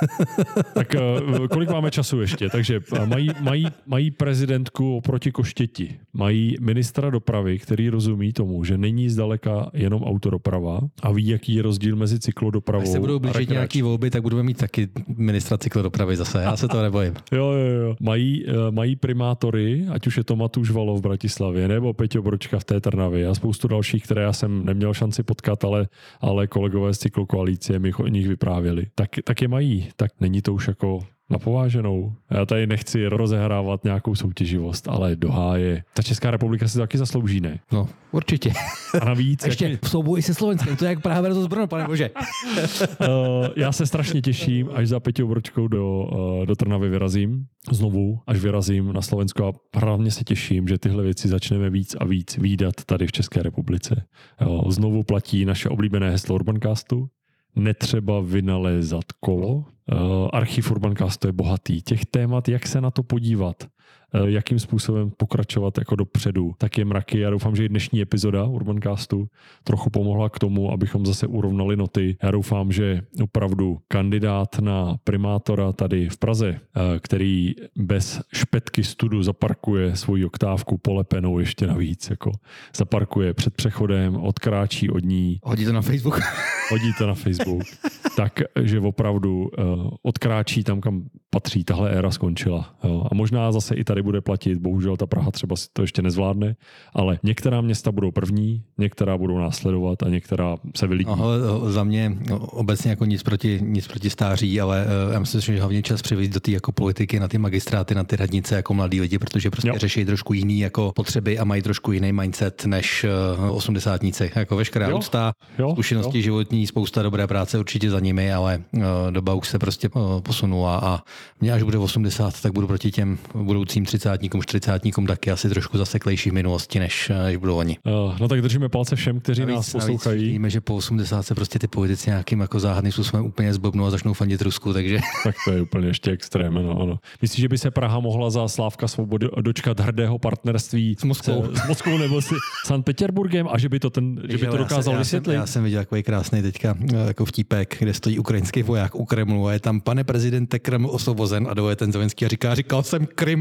Tak kolik máme času ještě? Takže mají, mají, mají prezidentku oproti Koštěti. Mají ministra dopravy, který rozumí tomu, že není zdaleka jenom autodoprava a ví, jaký je rozdíl mezi cyklodopravou. Až se budou blížit nějaký volby, tak budeme mít taky ministra cyklodopravy zase. Já se to nebojím. Jo, jo, jo. Mají, mají primátory, ať už je to Matúš Valo v Bratislavě, nebo Peťo Bročka v té Trnavě a spoustu dalších, které já jsem neměl šanci potkat, ale, ale kolegové z cyklokoalice mi o nich vyprávěli. Tak, tak je mají. Tak není to už jako na pováženou. Já tady nechci rozehrávat nějakou soutěživost, ale do háje. Ta Česká republika si to taky zaslouží, ne? No, určitě. A navíc... Ještě jak... v souboji se Slovenskem, to je jak Praha versus Brno, pane bože. uh, já se strašně těším, až za Peťou Bročkou do, uh, do Trnavy vyrazím. Znovu, až vyrazím na Slovensko a hlavně se těším, že tyhle věci začneme víc a víc vídat tady v České republice. Uh, znovu platí naše oblíbené heslo Urbancastu. Netřeba vynalézat kolo. Uh, archiv Urbancastu je bohatý. Těch témat, jak se na to podívat, uh, jakým způsobem pokračovat jako dopředu, tak je mraky. Já doufám, že i dnešní epizoda Urbancastu trochu pomohla k tomu, abychom zase urovnali noty. Já doufám, že opravdu kandidát na primátora tady v Praze, uh, který bez špetky studu zaparkuje svoji oktávku polepenou ještě navíc, jako zaparkuje před přechodem, odkráčí od ní. Hodí to na Facebook. Hodí to na Facebook, tak, že opravdu uh, odkráčí tam, kam patří. Tahle éra skončila. Jo. A možná zase i tady bude platit. Bohužel ta Praha třeba si to ještě nezvládne, ale některá města budou první, některá budou následovat a některá se vylidí. No, za mě obecně jako nic proti, nic proti stáří, ale uh, já myslím, že hlavně čas přivést do té jako politiky, na ty magistráty, na ty radnice jako mladí lidi, protože prostě jo. řeší trošku jiný jako potřeby a mají trošku jiný mindset než uh, osmdesátníci. Jako veškerá úcta, zkušenosti životní, spousta dobré práce určitě za nimi, ale uh, doba už se prostě uh, posunula a mě až bude osmdesát, tak budu proti těm budoucím třicátníkům, čtyřicátníkům taky asi trošku zaseklejší v minulosti, než, než budou oni. Uh, no tak držíme palce všem, kteří navíc, nás poslouchají. Navíc víme, že po osmdesát se prostě ty politici nějakým jako záhadným způsobem úplně zblbnou a začnou fandit Rusku, takže... Tak to je úplně ještě extrém, no, ano. Myslíš, že by se Praha mohla za Slávka Svobody dočkat hrdého partnerství s Moskvou, s, s Moskvou nebo s Sankt Petěrburgem a že by to, ten, že by to dokázal já vysvětlit? Jsem, já jsem viděl takový krásný teďka jako vtípek, kde stojí ukrajinský voják u Kremlu a je tam: pane prezidente, Kreml osvobozen, a dole ten Zelenský a říká: říkal jsem Krym.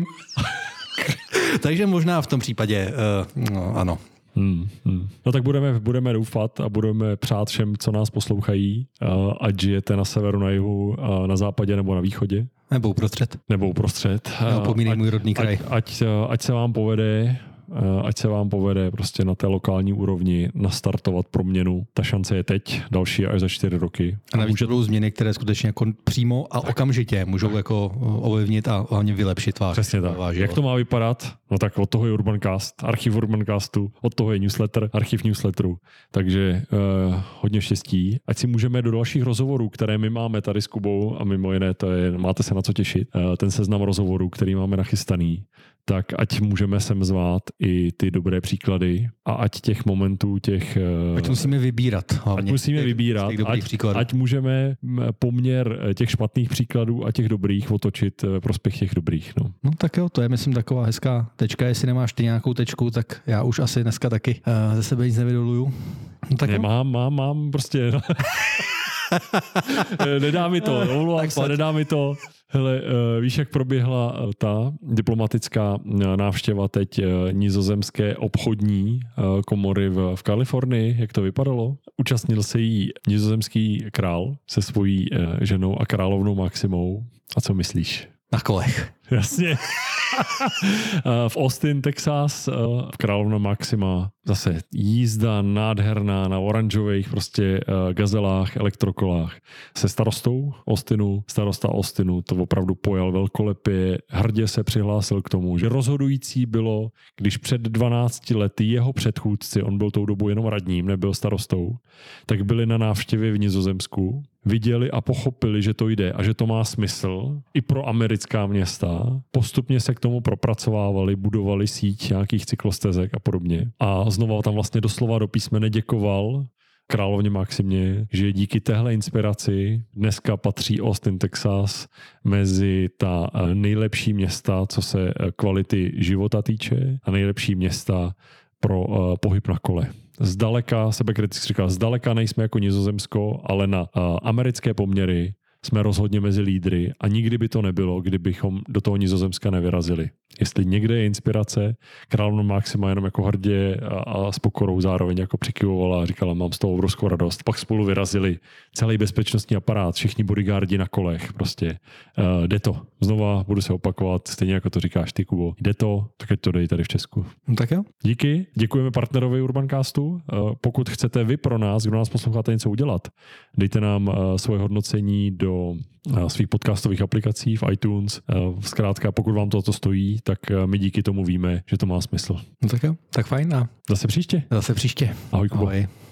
Takže možná v tom případě uh, no, ano. Hmm, hmm. No tak budeme, budeme doufat a budeme přát všem, co nás poslouchají, uh, ať žijete na severu, na jihu, uh, na západě nebo na východě. Nebo uprostřed. Nebo uprostřed. Neopomínej můj rodný kraj. Ať, ať, ať se vám povede ať se vám povede prostě na té lokální úrovni nastartovat proměnu. Ta šance je teď, další je až za čtyři roky. A navíc může... budou změny, které skutečně jako přímo a tak. okamžitě můžou jako ovlivnit a hlavně vylepšit tvář. Přesně tak. Váž, Jak to má vypadat? No tak od toho je Urbancast, archiv Urbancastu, od toho je newsletter, archiv newsletteru. Takže uh, hodně štěstí. Ať si můžeme do dalších rozhovorů, které my máme tady s Kubou a mimo jiné, to je, máte se na co těšit, uh, ten seznam rozhovorů, který máme nachystaný, tak ať můžeme sem zvát i ty dobré příklady a ať těch momentů, těch... Ať musíme vybírat. Hlavně. Ať musíme těch, vybírat, těch ať, ať můžeme poměr těch špatných příkladů a těch dobrých otočit ve prospěch těch dobrých. No. no tak jo, to je myslím taková hezká tečka. Jestli nemáš ty nějakou tečku, tak já už asi dneska taky uh, ze sebe nic nevydoluju. No, tak Nemám, mám, mám prostě... No. Nedá mi to, omlouvám se, nedá mi to. Hele, víš, jak proběhla ta diplomatická návštěva teď nizozemské obchodní komory v, v Kalifornii? Jak to vypadalo? Účastnil se jí nizozemský král se svojí ženou a královnou Maximou. A co myslíš? Na kolech. Jasně. V Austin, Texas, v královna Maxima zase jízda nádherná na oranžových prostě gazelách, elektrokolách se starostou Austinu. Starosta Austinu to opravdu pojal velkolepě, hrdě se přihlásil k tomu, že rozhodující bylo, když před dvanácti lety jeho předchůdci, on byl tou dobu jenom radním, nebyl starostou, tak byli na návštěvě v Nizozemsku, viděli a pochopili, že to jde a že to má smysl i pro americká města. Postupně se k tomu propracovávali, budovali síť nějakých cyklostezek a podobně. A znova tam vlastně doslova do písmene děkoval královně Maximě, že díky téhle inspiraci dneska patří Austin, Texas mezi ta nejlepší města, co se kvality života týče a nejlepší města pro uh, pohyb na kole. Zdaleka, sebekriticky říkal, zdaleka nejsme jako Nizozemsko, ale na uh, americké poměry jsme rozhodně mezi lídry a nikdy by to nebylo, kdybychom do toho Nizozemska nevyrazili. Jestli někde je inspirace, královna Maxima jenom jako hrdě a, a s pokorou zároveň jako přikyvovala a říkala, mám z toho obrovskou radost. Pak spolu vyrazili celý bezpečnostní aparát, všichni bodyguardi na kolech, prostě. Uh, jde to. Znova budu se opakovat, stejně jako to říkáš ty, Kubo. Jde to, tak ať to dej tady v Česku. No tak jo. Díky, děkujeme partnerovi Urbancastu. Uh, pokud chcete vy pro nás, kdo nás posloucháte, něco udělat, dejte nám uh, svoje hodnocení do svých podcastových aplikací v iTunes. Zkrátka, pokud vám to stojí, tak my díky tomu víme, že to má smysl. No tak jo, tak fajn a zase příště. Zase příště. Ahoj, Kubo. Ahoj.